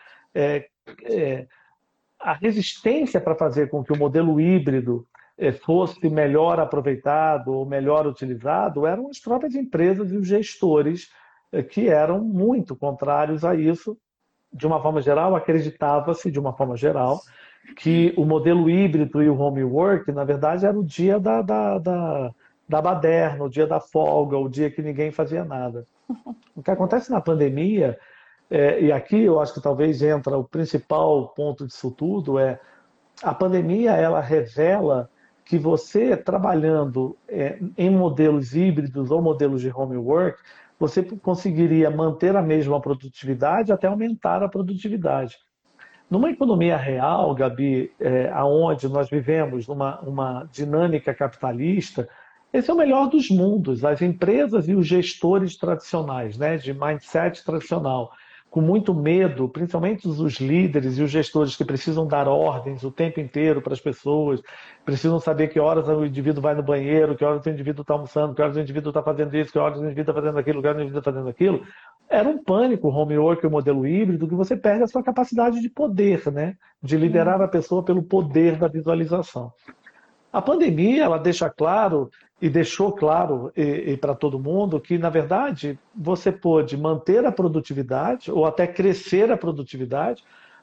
a resistência para fazer com que o modelo híbrido fosse melhor aproveitado ou melhor utilizado eram as próprias empresas e os gestores que eram muito contrários a isso. De uma forma geral, acreditava-se, de uma forma geral, que o modelo híbrido e o home work, na verdade, era o dia da baderna, o dia da folga, o dia que ninguém fazia nada. O que acontece na pandemia, e aqui eu acho que talvez entra o principal ponto disso tudo, a pandemia ela revela que você trabalhando em modelos híbridos ou modelos de home work, você conseguiria manter a mesma produtividade até aumentar a produtividade. Numa economia real, Gabi, onde nós vivemos numa dinâmica capitalista, esse é o melhor dos mundos. As empresas e os gestores tradicionais, né, de mindset tradicional, com muito medo, principalmente os líderes e os gestores que precisam dar ordens o tempo inteiro para as pessoas, precisam saber que horas o indivíduo vai no banheiro, que horas o indivíduo está almoçando, que horas o indivíduo está fazendo isso, que horas o indivíduo está fazendo aquilo, que horas o indivíduo está fazendo aquilo. Era um pânico o home work e o modelo híbrido, que você perde a sua capacidade de poder, né? De liderar a pessoa pelo poder da visualização. A pandemia, ela deixa claro, e deixou claro para todo mundo, que, na verdade, você pode manter a produtividade ou até crescer a produtividade,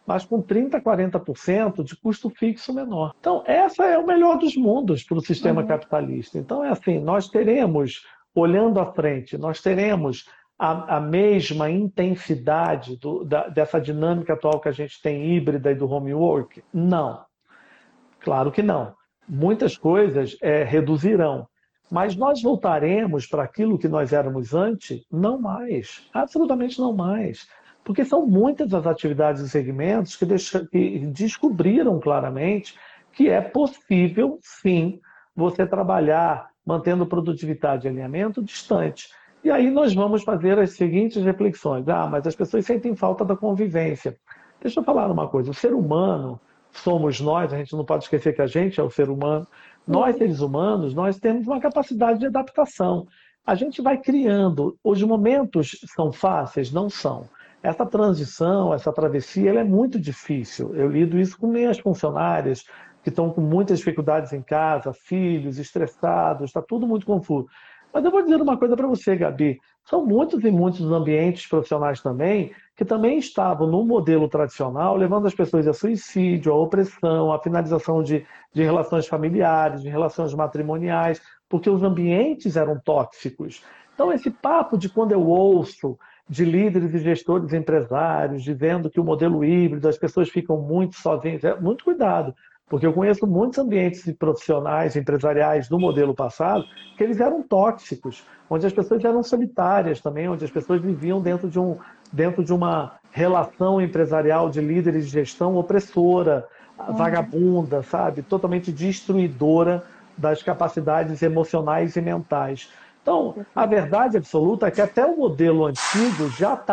mas com 30%, 40% de custo fixo menor. Então, essa é o melhor dos mundos para o sistema capitalista. Então, é assim, nós teremos, olhando à frente, nós teremos a mesma intensidade dessa dinâmica atual que a gente tem híbrida e do homework? Não. Claro que não. Muitas coisas reduzirão. Mas nós voltaremos para aquilo que nós éramos antes? Não mais. Absolutamente não mais. Porque são muitas as atividades e segmentos que descobriram claramente que é possível, sim, você trabalhar mantendo produtividade e alinhamento distante. E aí nós vamos fazer as seguintes reflexões. Mas as pessoas sentem falta da convivência. Deixa eu falar uma coisa. O ser humano somos nós, a gente não pode esquecer que a gente é o ser humano. Nós, seres humanos, nós temos uma capacidade de adaptação. A gente vai criando. Os momentos são fáceis? Não são. Essa transição, essa travessia, ela é muito difícil. Eu lido isso com minhas funcionárias, que estão com muitas dificuldades em casa, filhos, estressados, está tudo muito confuso. Mas eu vou dizer uma coisa para você, Gabi. São muitos e muitos ambientes profissionais também que também estavam no modelo tradicional, levando as pessoas a suicídio, a opressão, a finalização de relações familiares, de relações matrimoniais, porque os ambientes eram tóxicos. Então, esse papo de quando eu ouço de líderes e gestores empresários dizendo que o modelo híbrido, as pessoas ficam muito sozinhas, muito cuidado. Porque eu conheço muitos ambientes profissionais, empresariais do modelo passado, que eles eram tóxicos, onde as pessoas eram solitárias também, onde as pessoas viviam dentro de uma relação empresarial de líderes de gestão opressora, vagabunda, sabe? Totalmente destruidora das capacidades emocionais e mentais. Então, a verdade absoluta é que até o modelo antigo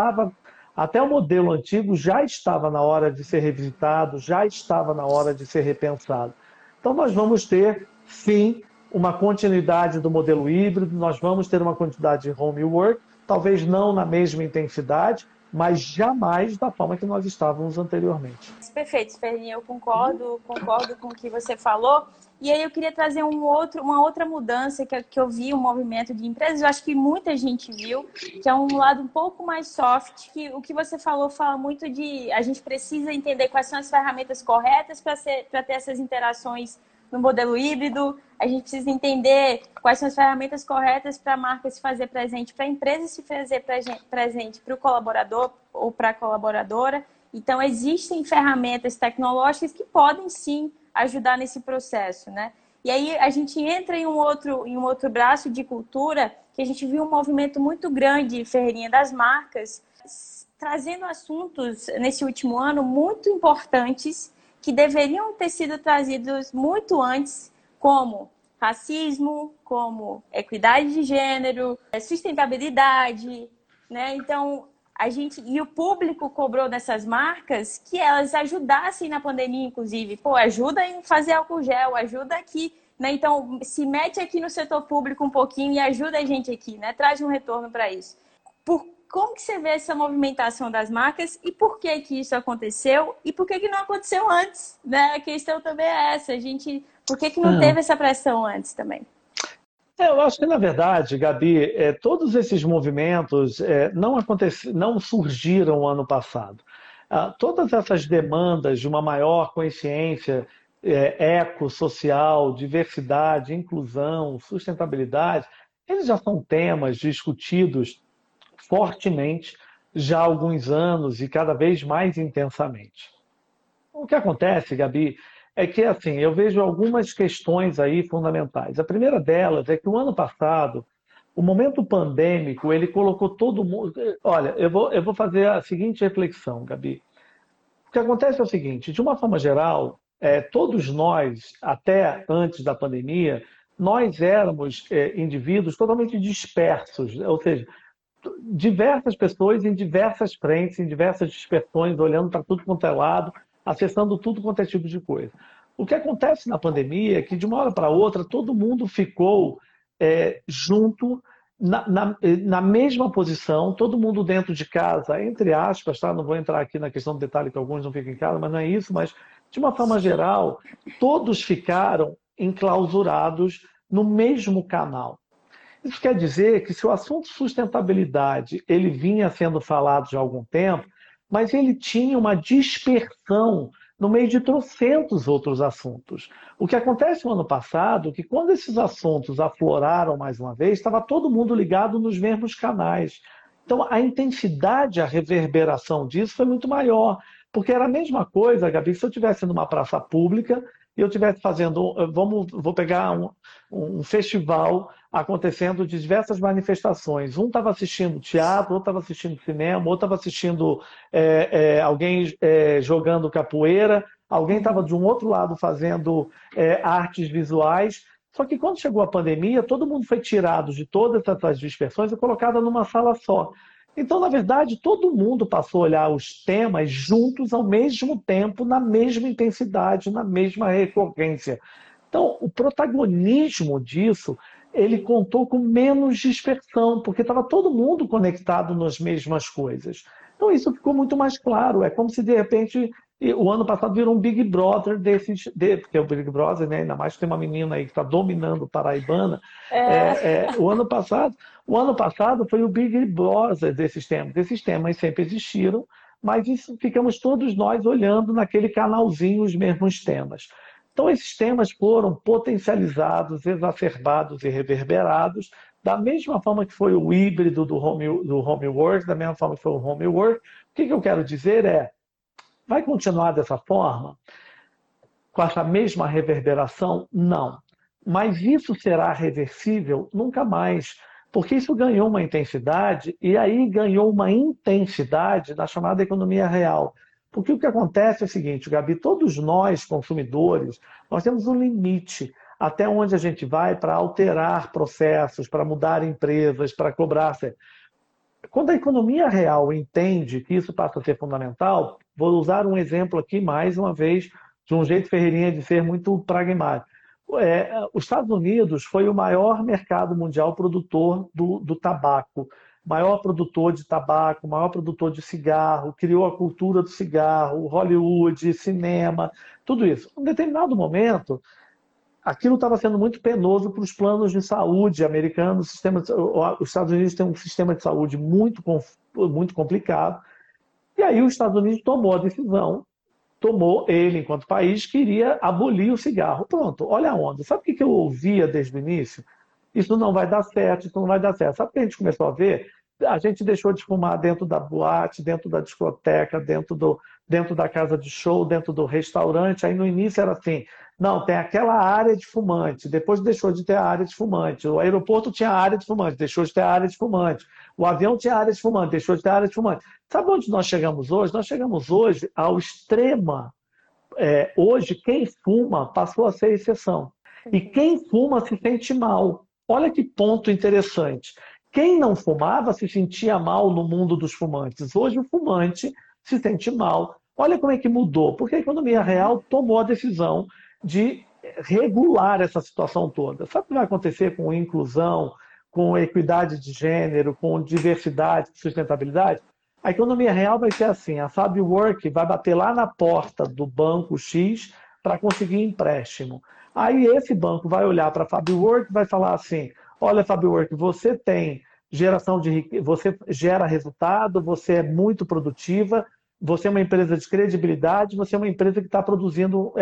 já estava na hora de ser revisitado, já estava na hora de ser repensado. Então, nós vamos ter, sim, uma continuidade do modelo híbrido, nós vamos ter uma quantidade de homework, talvez não na mesma intensidade, mas jamais da forma que nós estávamos anteriormente. Perfeito, Ferrinha, eu concordo com o que você falou. E aí eu queria trazer uma outra mudança que eu vi, um movimento de empresas, eu acho que muita gente viu, que é um lado um pouco mais soft, que o que você falou fala muito de a gente precisa entender quais são as ferramentas corretas para ter essas interações no modelo híbrido, a gente precisa entender quais são as ferramentas corretas para a marca se fazer presente, para a empresa se fazer presente para o colaborador ou para a colaboradora. Então, existem ferramentas tecnológicas que podem, sim, ajudar nesse processo, né? E aí, a gente entra em um outro braço de cultura, que a gente viu um movimento muito grande, Ferreirinha, das marcas, trazendo assuntos, nesse último ano, muito importantes, que deveriam ter sido trazidos muito antes, como racismo, como equidade de gênero, sustentabilidade, né? Então, e o público cobrou dessas marcas que elas ajudassem na pandemia, inclusive. Ajuda em fazer álcool gel, ajuda aqui, né? Então, se mete aqui no setor público um pouquinho e ajuda a gente aqui, né? Traz um retorno para isso. Como que você vê essa movimentação das marcas e por que isso aconteceu e por que não aconteceu antes, né? A questão também é essa, por que não teve essa pressão antes também? Eu acho que, na verdade, Gabi, todos esses movimentos não surgiram ano passado. Todas essas demandas de uma maior consciência ecossocial, diversidade, inclusão, sustentabilidade, eles já são temas discutidos fortemente já há alguns anos e cada vez mais intensamente. O que acontece, Gabi, é que assim, eu vejo algumas questões aí fundamentais. A primeira delas é que o ano passado, o momento pandêmico, ele colocou todo mundo... Olha, eu vou fazer a seguinte reflexão, Gabi. O que acontece é o seguinte, de uma forma geral, todos nós, até antes da pandemia, nós éramos indivíduos totalmente dispersos, ou seja, diversas pessoas em diversas frentes, em diversas dispersões, olhando para tudo quanto é lado, acessando tudo quanto é tipo de coisa. O que acontece na pandemia é que, de uma hora para outra, todo mundo ficou junto, na mesma posição, todo mundo dentro de casa, entre aspas, tá? Não vou entrar aqui na questão do detalhe que alguns não ficam em casa, mas não é isso, mas, de uma forma geral, todos ficaram enclausurados no mesmo canal. Isso quer dizer que se o assunto sustentabilidade ele vinha sendo falado já há algum tempo, mas ele tinha uma dispersão no meio de trocentos outros assuntos. O que acontece no ano passado é que quando esses assuntos afloraram mais uma vez, estava todo mundo ligado nos mesmos canais. Então, a intensidade, a reverberação disso foi muito maior, porque era a mesma coisa, Gabi, se eu estivesse numa praça pública e eu estivesse fazendo, vou pegar um festival acontecendo de diversas manifestações. Um estava assistindo teatro, outro estava assistindo cinema, outro estava assistindo alguém jogando capoeira, alguém estava de um outro lado fazendo artes visuais. Só que quando chegou a pandemia, todo mundo foi tirado de todas essas dispersões e colocado numa sala só. Então, na verdade, todo mundo passou a olhar os temas juntos ao mesmo tempo, na mesma intensidade, na mesma recorrência. Então, o protagonismo disso, ele contou com menos dispersão, porque estava todo mundo conectado nas mesmas coisas. Então, isso ficou muito mais claro. É como se, de repente, o ano passado virou um Big Brother porque o Big Brother, né, ainda mais que tem uma menina aí que está dominando o Paraibana. O ano passado foi o Big Brother desses temas. Esses temas sempre existiram, mas ficamos todos nós olhando naquele canalzinho os mesmos temas. Então, esses temas foram potencializados, exacerbados e reverberados, da mesma forma que foi o híbrido do homework, da mesma forma que foi o homework. O que eu quero dizer vai continuar dessa forma? Com essa mesma reverberação? Não. Mas isso será reversível? Nunca mais. Porque isso ganhou uma intensidade, e aí ganhou uma intensidade na chamada economia real. Porque o que acontece é o seguinte, Gabi, todos nós, consumidores, nós temos um limite até onde a gente vai para alterar processos, para mudar empresas, para cobrar. Quando a economia real entende que isso passa a ser fundamental, vou usar um exemplo aqui, mais uma vez, de um jeito Ferreirinha de ser muito pragmático. Os Estados Unidos foi o maior mercado mundial produtor do tabaco, maior produtor de tabaco, maior produtor de cigarro, criou a cultura do cigarro, Hollywood, cinema, tudo isso. Em um determinado momento, aquilo estava sendo muito penoso para os planos de saúde americanos. Os Estados Unidos têm um sistema de saúde muito complicado. E aí os Estados Unidos tomou a decisão, ele, enquanto país, queria abolir o cigarro. Pronto, olha a onda. Sabe o que eu ouvia desde o início? Isso não vai dar certo, isso não vai dar certo. Sabe o que a gente começou a ver? A gente deixou de fumar dentro da boate, dentro da discoteca, dentro da casa de show, dentro do restaurante. Aí no início era assim, não, tem aquela área de fumante, depois deixou de ter a área de fumante. O aeroporto tinha a área de fumante, deixou de ter a área de fumante. O avião tinha a área de fumante, deixou de ter a área de fumante. Sabe onde nós chegamos hoje? Nós chegamos hoje ao extremo. Hoje, quem fuma passou a ser exceção. E quem fuma se sente mal. Olha que ponto interessante. Quem não fumava se sentia mal no mundo dos fumantes. Hoje o fumante se sente mal. Olha como é que mudou. Porque a economia real tomou a decisão de regular essa situação toda. Sabe o que vai acontecer com inclusão, com equidade de gênero, com diversidade, sustentabilidade? A economia real vai ser assim, a Fabwork vai bater lá na porta do banco X para conseguir empréstimo. Aí esse banco vai olhar para a Fabwork e vai falar assim, olha, Fabwork, você tem geração de riqueza, você gera resultado, você é muito produtiva, você é uma empresa de credibilidade, você é uma empresa que está produzindo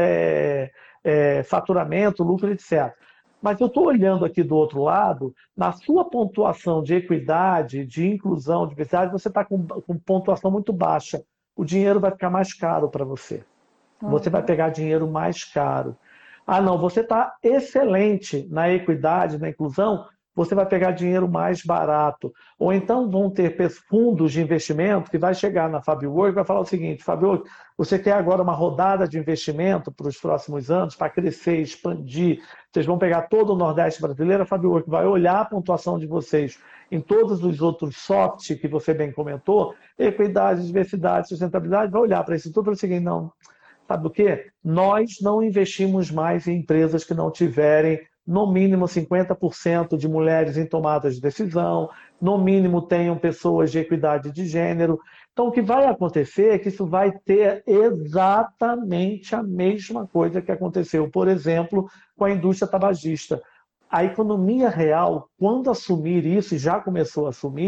faturamento, lucro, etc. Mas eu estou olhando aqui do outro lado, na sua pontuação de equidade, de inclusão, de diversidade, você está com pontuação muito baixa. O dinheiro vai ficar mais caro para você. Você vai pegar dinheiro mais caro. Ah, não, você está excelente na equidade, na inclusão, você vai pegar dinheiro mais barato. Ou então vão ter fundos de investimento que vai chegar na Fabwork e vai falar o seguinte, Fabwork, você quer agora uma rodada de investimento para os próximos anos, para crescer, expandir, vocês vão pegar todo o Nordeste brasileiro, a Fabwork vai olhar a pontuação de vocês em todos os outros soft que você bem comentou, equidade, diversidade, sustentabilidade, vai olhar para isso tudo e falar o seguinte, não, sabe o quê? Nós não investimos mais em empresas que não tiverem no mínimo 50% de mulheres em tomadas de decisão, no mínimo tenham pessoas de equidade de gênero. Então, o que vai acontecer é que isso vai ter exatamente a mesma coisa que aconteceu, por exemplo, com a indústria tabagista. A economia real, quando assumir isso, e já começou a assumir,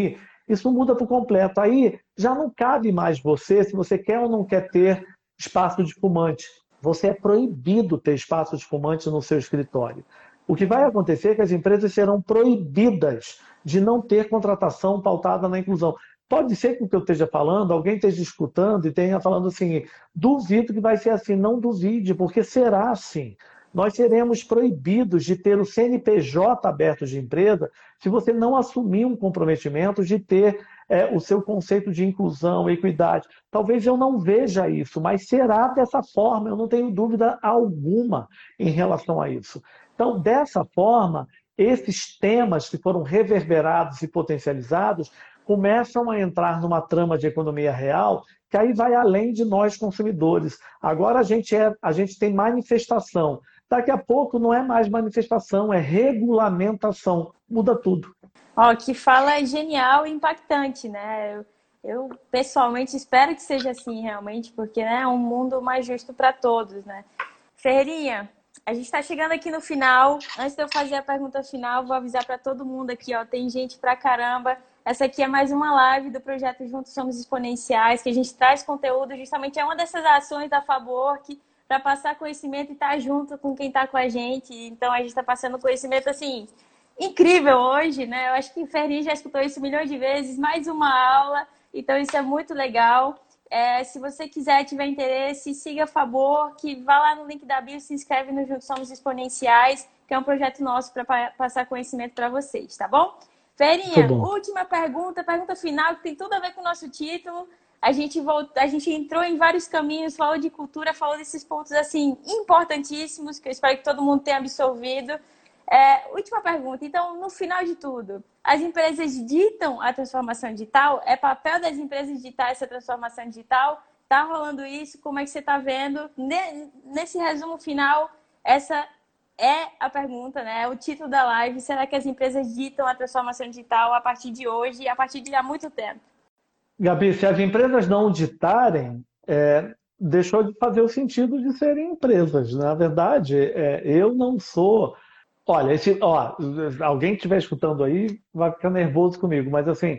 isso muda por completo. Aí já não cabe mais você, se você quer ou não quer ter espaço de fumante. Você é proibido ter espaço de fumante no seu escritório. O que vai acontecer é que as empresas serão proibidas de não ter contratação pautada na inclusão. Pode ser que o que eu esteja falando, alguém esteja escutando e tenha falando assim, duvido que vai ser assim. Não duvide, porque será assim. Nós seremos proibidos de ter o CNPJ aberto de empresa se você não assumir um comprometimento de ter o seu conceito de inclusão, equidade. Talvez eu não veja isso, mas será dessa forma, eu não tenho dúvida alguma em relação a isso. Então, dessa forma, esses temas que foram reverberados e potencializados começam a entrar numa trama de economia real que aí vai além de nós consumidores. Agora a gente tem manifestação. Daqui a pouco não é mais manifestação, é regulamentação. Muda tudo. Ó, que fala genial e impactante, né? Eu pessoalmente espero que seja assim realmente, porque né, é um mundo mais justo para todos, né? Ferreirinha, a gente está chegando aqui no final. Antes de eu fazer a pergunta final, vou avisar para todo mundo aqui, ó, tem gente pra caramba. Essa aqui é mais uma live do projeto Juntos Somos Exponenciais, que a gente traz conteúdo, justamente é uma dessas ações da Faborc para passar conhecimento e estar junto com quem está com a gente. Então a gente está passando conhecimento assim incrível hoje, né? Eu acho que o Ferri já escutou isso milhões de vezes, mais uma aula, então isso é muito legal. Se você quiser, tiver interesse, siga a Faborc, que vá lá no link da bio, se inscreve no Juntos Somos Exponenciais, que é um projeto nosso para passar conhecimento para vocês, tá bom? Ferinha, última pergunta final, que tem tudo a ver com o nosso título. A gente entrou em vários caminhos, falou de cultura, falou desses pontos assim importantíssimos, que eu espero que todo mundo tenha absorvido. Última pergunta. Então, no final de tudo, as empresas ditam a transformação digital? É papel das empresas ditar essa transformação digital? Tá rolando isso? Como é que você está vendo? Nesse resumo final, essa é a pergunta, né? O título da live. Será que as empresas ditam a transformação digital a partir de hoje e a partir de há muito tempo? Gabi, se as empresas não ditarem, deixou de fazer o sentido de serem empresas. Na verdade, eu não sou... Olha, alguém que estiver escutando aí vai ficar nervoso comigo, mas assim,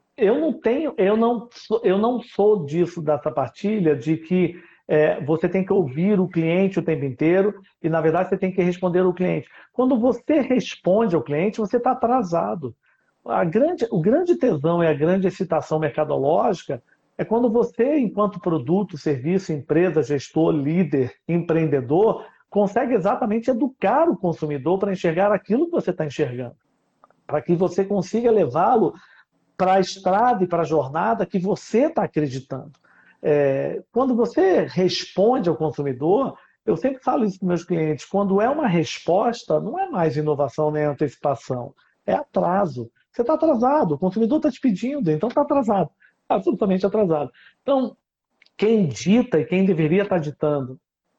eu não sou disso, dessa partilha de que você tem que ouvir o cliente o tempo inteiro e, na verdade, você tem que responder ao cliente. Quando você responde ao cliente, você está atrasado. O grande tesão e a grande excitação mercadológica é quando você, enquanto produto, serviço, empresa, gestor, líder, empreendedor, consegue exatamente educar o consumidor para enxergar aquilo que você está enxergando, para que você consiga levá-lo para a estrada e para a jornada que você está acreditando. Quando você responde ao consumidor, eu sempre falo isso para meus clientes, quando é uma resposta, não é mais inovação nem antecipação, é atraso. Você está atrasado, o consumidor está te pedindo, então está atrasado, absolutamente atrasado. Então, quem dita e quem deveria estar ditando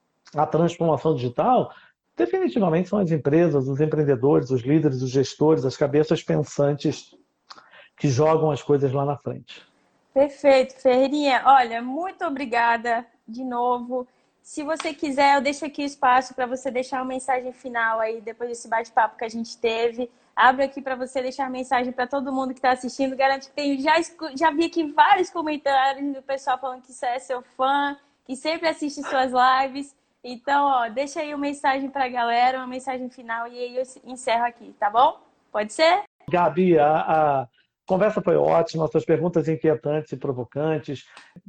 a transformação digital, definitivamente são as empresas, os empreendedores, os líderes, os gestores, as cabeças pensantes que jogam as coisas lá na frente. Perfeito, Ferreirinha. Olha, muito obrigada de novo. Se você quiser, eu deixo aqui o espaço para você deixar uma mensagem final aí, depois desse bate-papo que a gente teve. Abro aqui para você deixar mensagem para todo mundo que está assistindo. Garanto que tem, já vi aqui vários comentários do pessoal falando que você é seu fã, que sempre assiste suas lives. Então, ó, deixa aí uma mensagem para a galera, uma mensagem final, e aí eu encerro aqui, tá bom? Pode ser? Gabi, a conversa foi ótima, suas perguntas inquietantes e provocantes.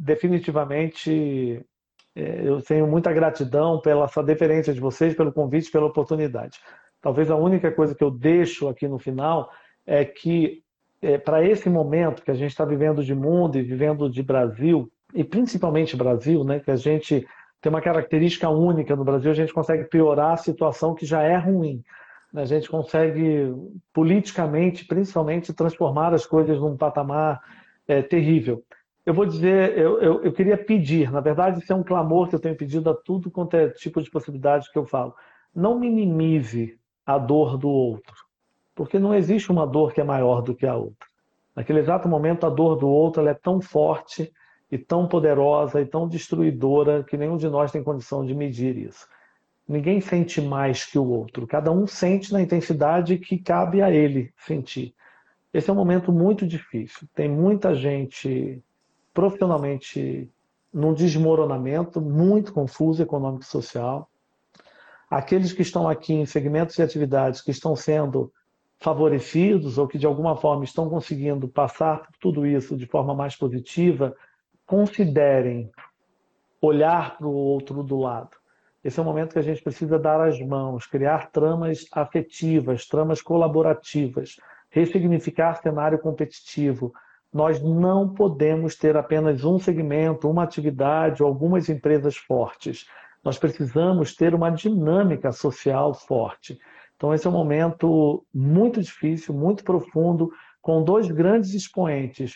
Definitivamente, eu tenho muita gratidão pela sua deferência de vocês, pelo convite, pela oportunidade. Talvez a única coisa que eu deixo aqui no final é que, para esse momento que a gente está vivendo de mundo e vivendo de Brasil, e principalmente Brasil, né, que a gente tem uma característica única no Brasil, a gente consegue piorar a situação que já é ruim. A gente consegue, politicamente, principalmente, transformar as coisas num patamar terrível. Eu vou dizer, eu queria pedir, na verdade, isso é um clamor que eu tenho pedido a tudo quanto é tipo de possibilidade que eu falo. Não minimize a dor do outro, porque não existe uma dor que é maior do que a outra. Naquele exato momento, a dor do outro ela é tão forte e tão poderosa e tão destruidora que nenhum de nós tem condição de medir isso. Ninguém sente mais que o outro. Cada um sente na intensidade que cabe a ele sentir. Esse é um momento muito difícil. Tem muita gente profissionalmente num desmoronamento muito confuso econômico e social. Aqueles que estão aqui em segmentos de atividades que estão sendo favorecidos ou que de alguma forma estão conseguindo passar por tudo isso de forma mais positiva, considerem olhar para o outro do lado. Esse é o momento que a gente precisa dar as mãos, criar tramas afetivas, tramas colaborativas, ressignificar cenário competitivo. Nós não podemos ter apenas um segmento, uma atividade ou algumas empresas fortes. Nós precisamos ter uma dinâmica social forte. Então, esse é um momento muito difícil, muito profundo, com dois grandes expoentes.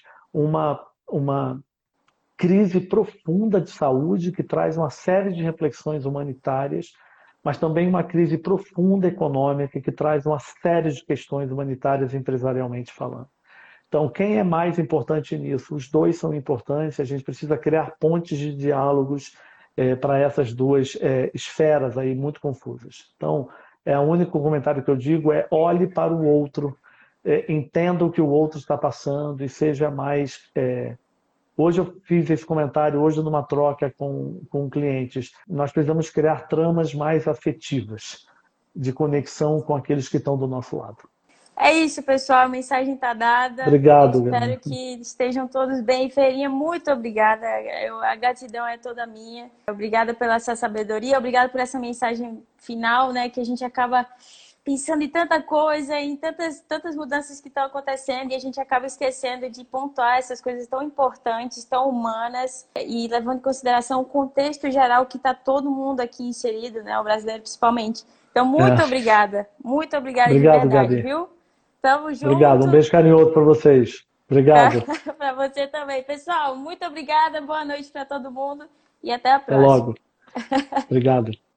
Uma crise profunda de saúde que traz uma série de reflexões humanitárias, mas também uma crise profunda econômica que traz uma série de questões humanitárias empresarialmente falando. Então, quem é mais importante nisso? Os dois são importantes, a gente precisa criar pontes de diálogos para essas duas esferas aí muito confusas. Então, o único comentário que eu digo é olhe para o outro, entenda o que o outro está passando e seja mais... Hoje eu fiz esse comentário, hoje numa troca com clientes. Nós precisamos criar tramas mais afetivas, de conexão com aqueles que estão do nosso lado. É isso, pessoal. A mensagem está dada. Eu Obrigado, espero Gabi. que estejam todos bem. Feirinha, muito obrigada. A gratidão é toda minha. Obrigada pela essa sabedoria. Obrigada por essa mensagem final, né? Que a gente acaba pensando em tanta coisa, em tantas mudanças que estão acontecendo e a gente acaba esquecendo de pontuar essas coisas tão importantes, tão humanas e levando em consideração o contexto geral que está todo mundo aqui inserido, né? O brasileiro principalmente. Então, muito obrigada. Muito obrigada de Obrigado, verdade, Gabi. viu? Tamo junto. Obrigado. Um beijo carinhoso para vocês. Obrigado. Para você também. Pessoal, muito obrigada. Boa noite para todo mundo e até a Até próxima. logo. Obrigado.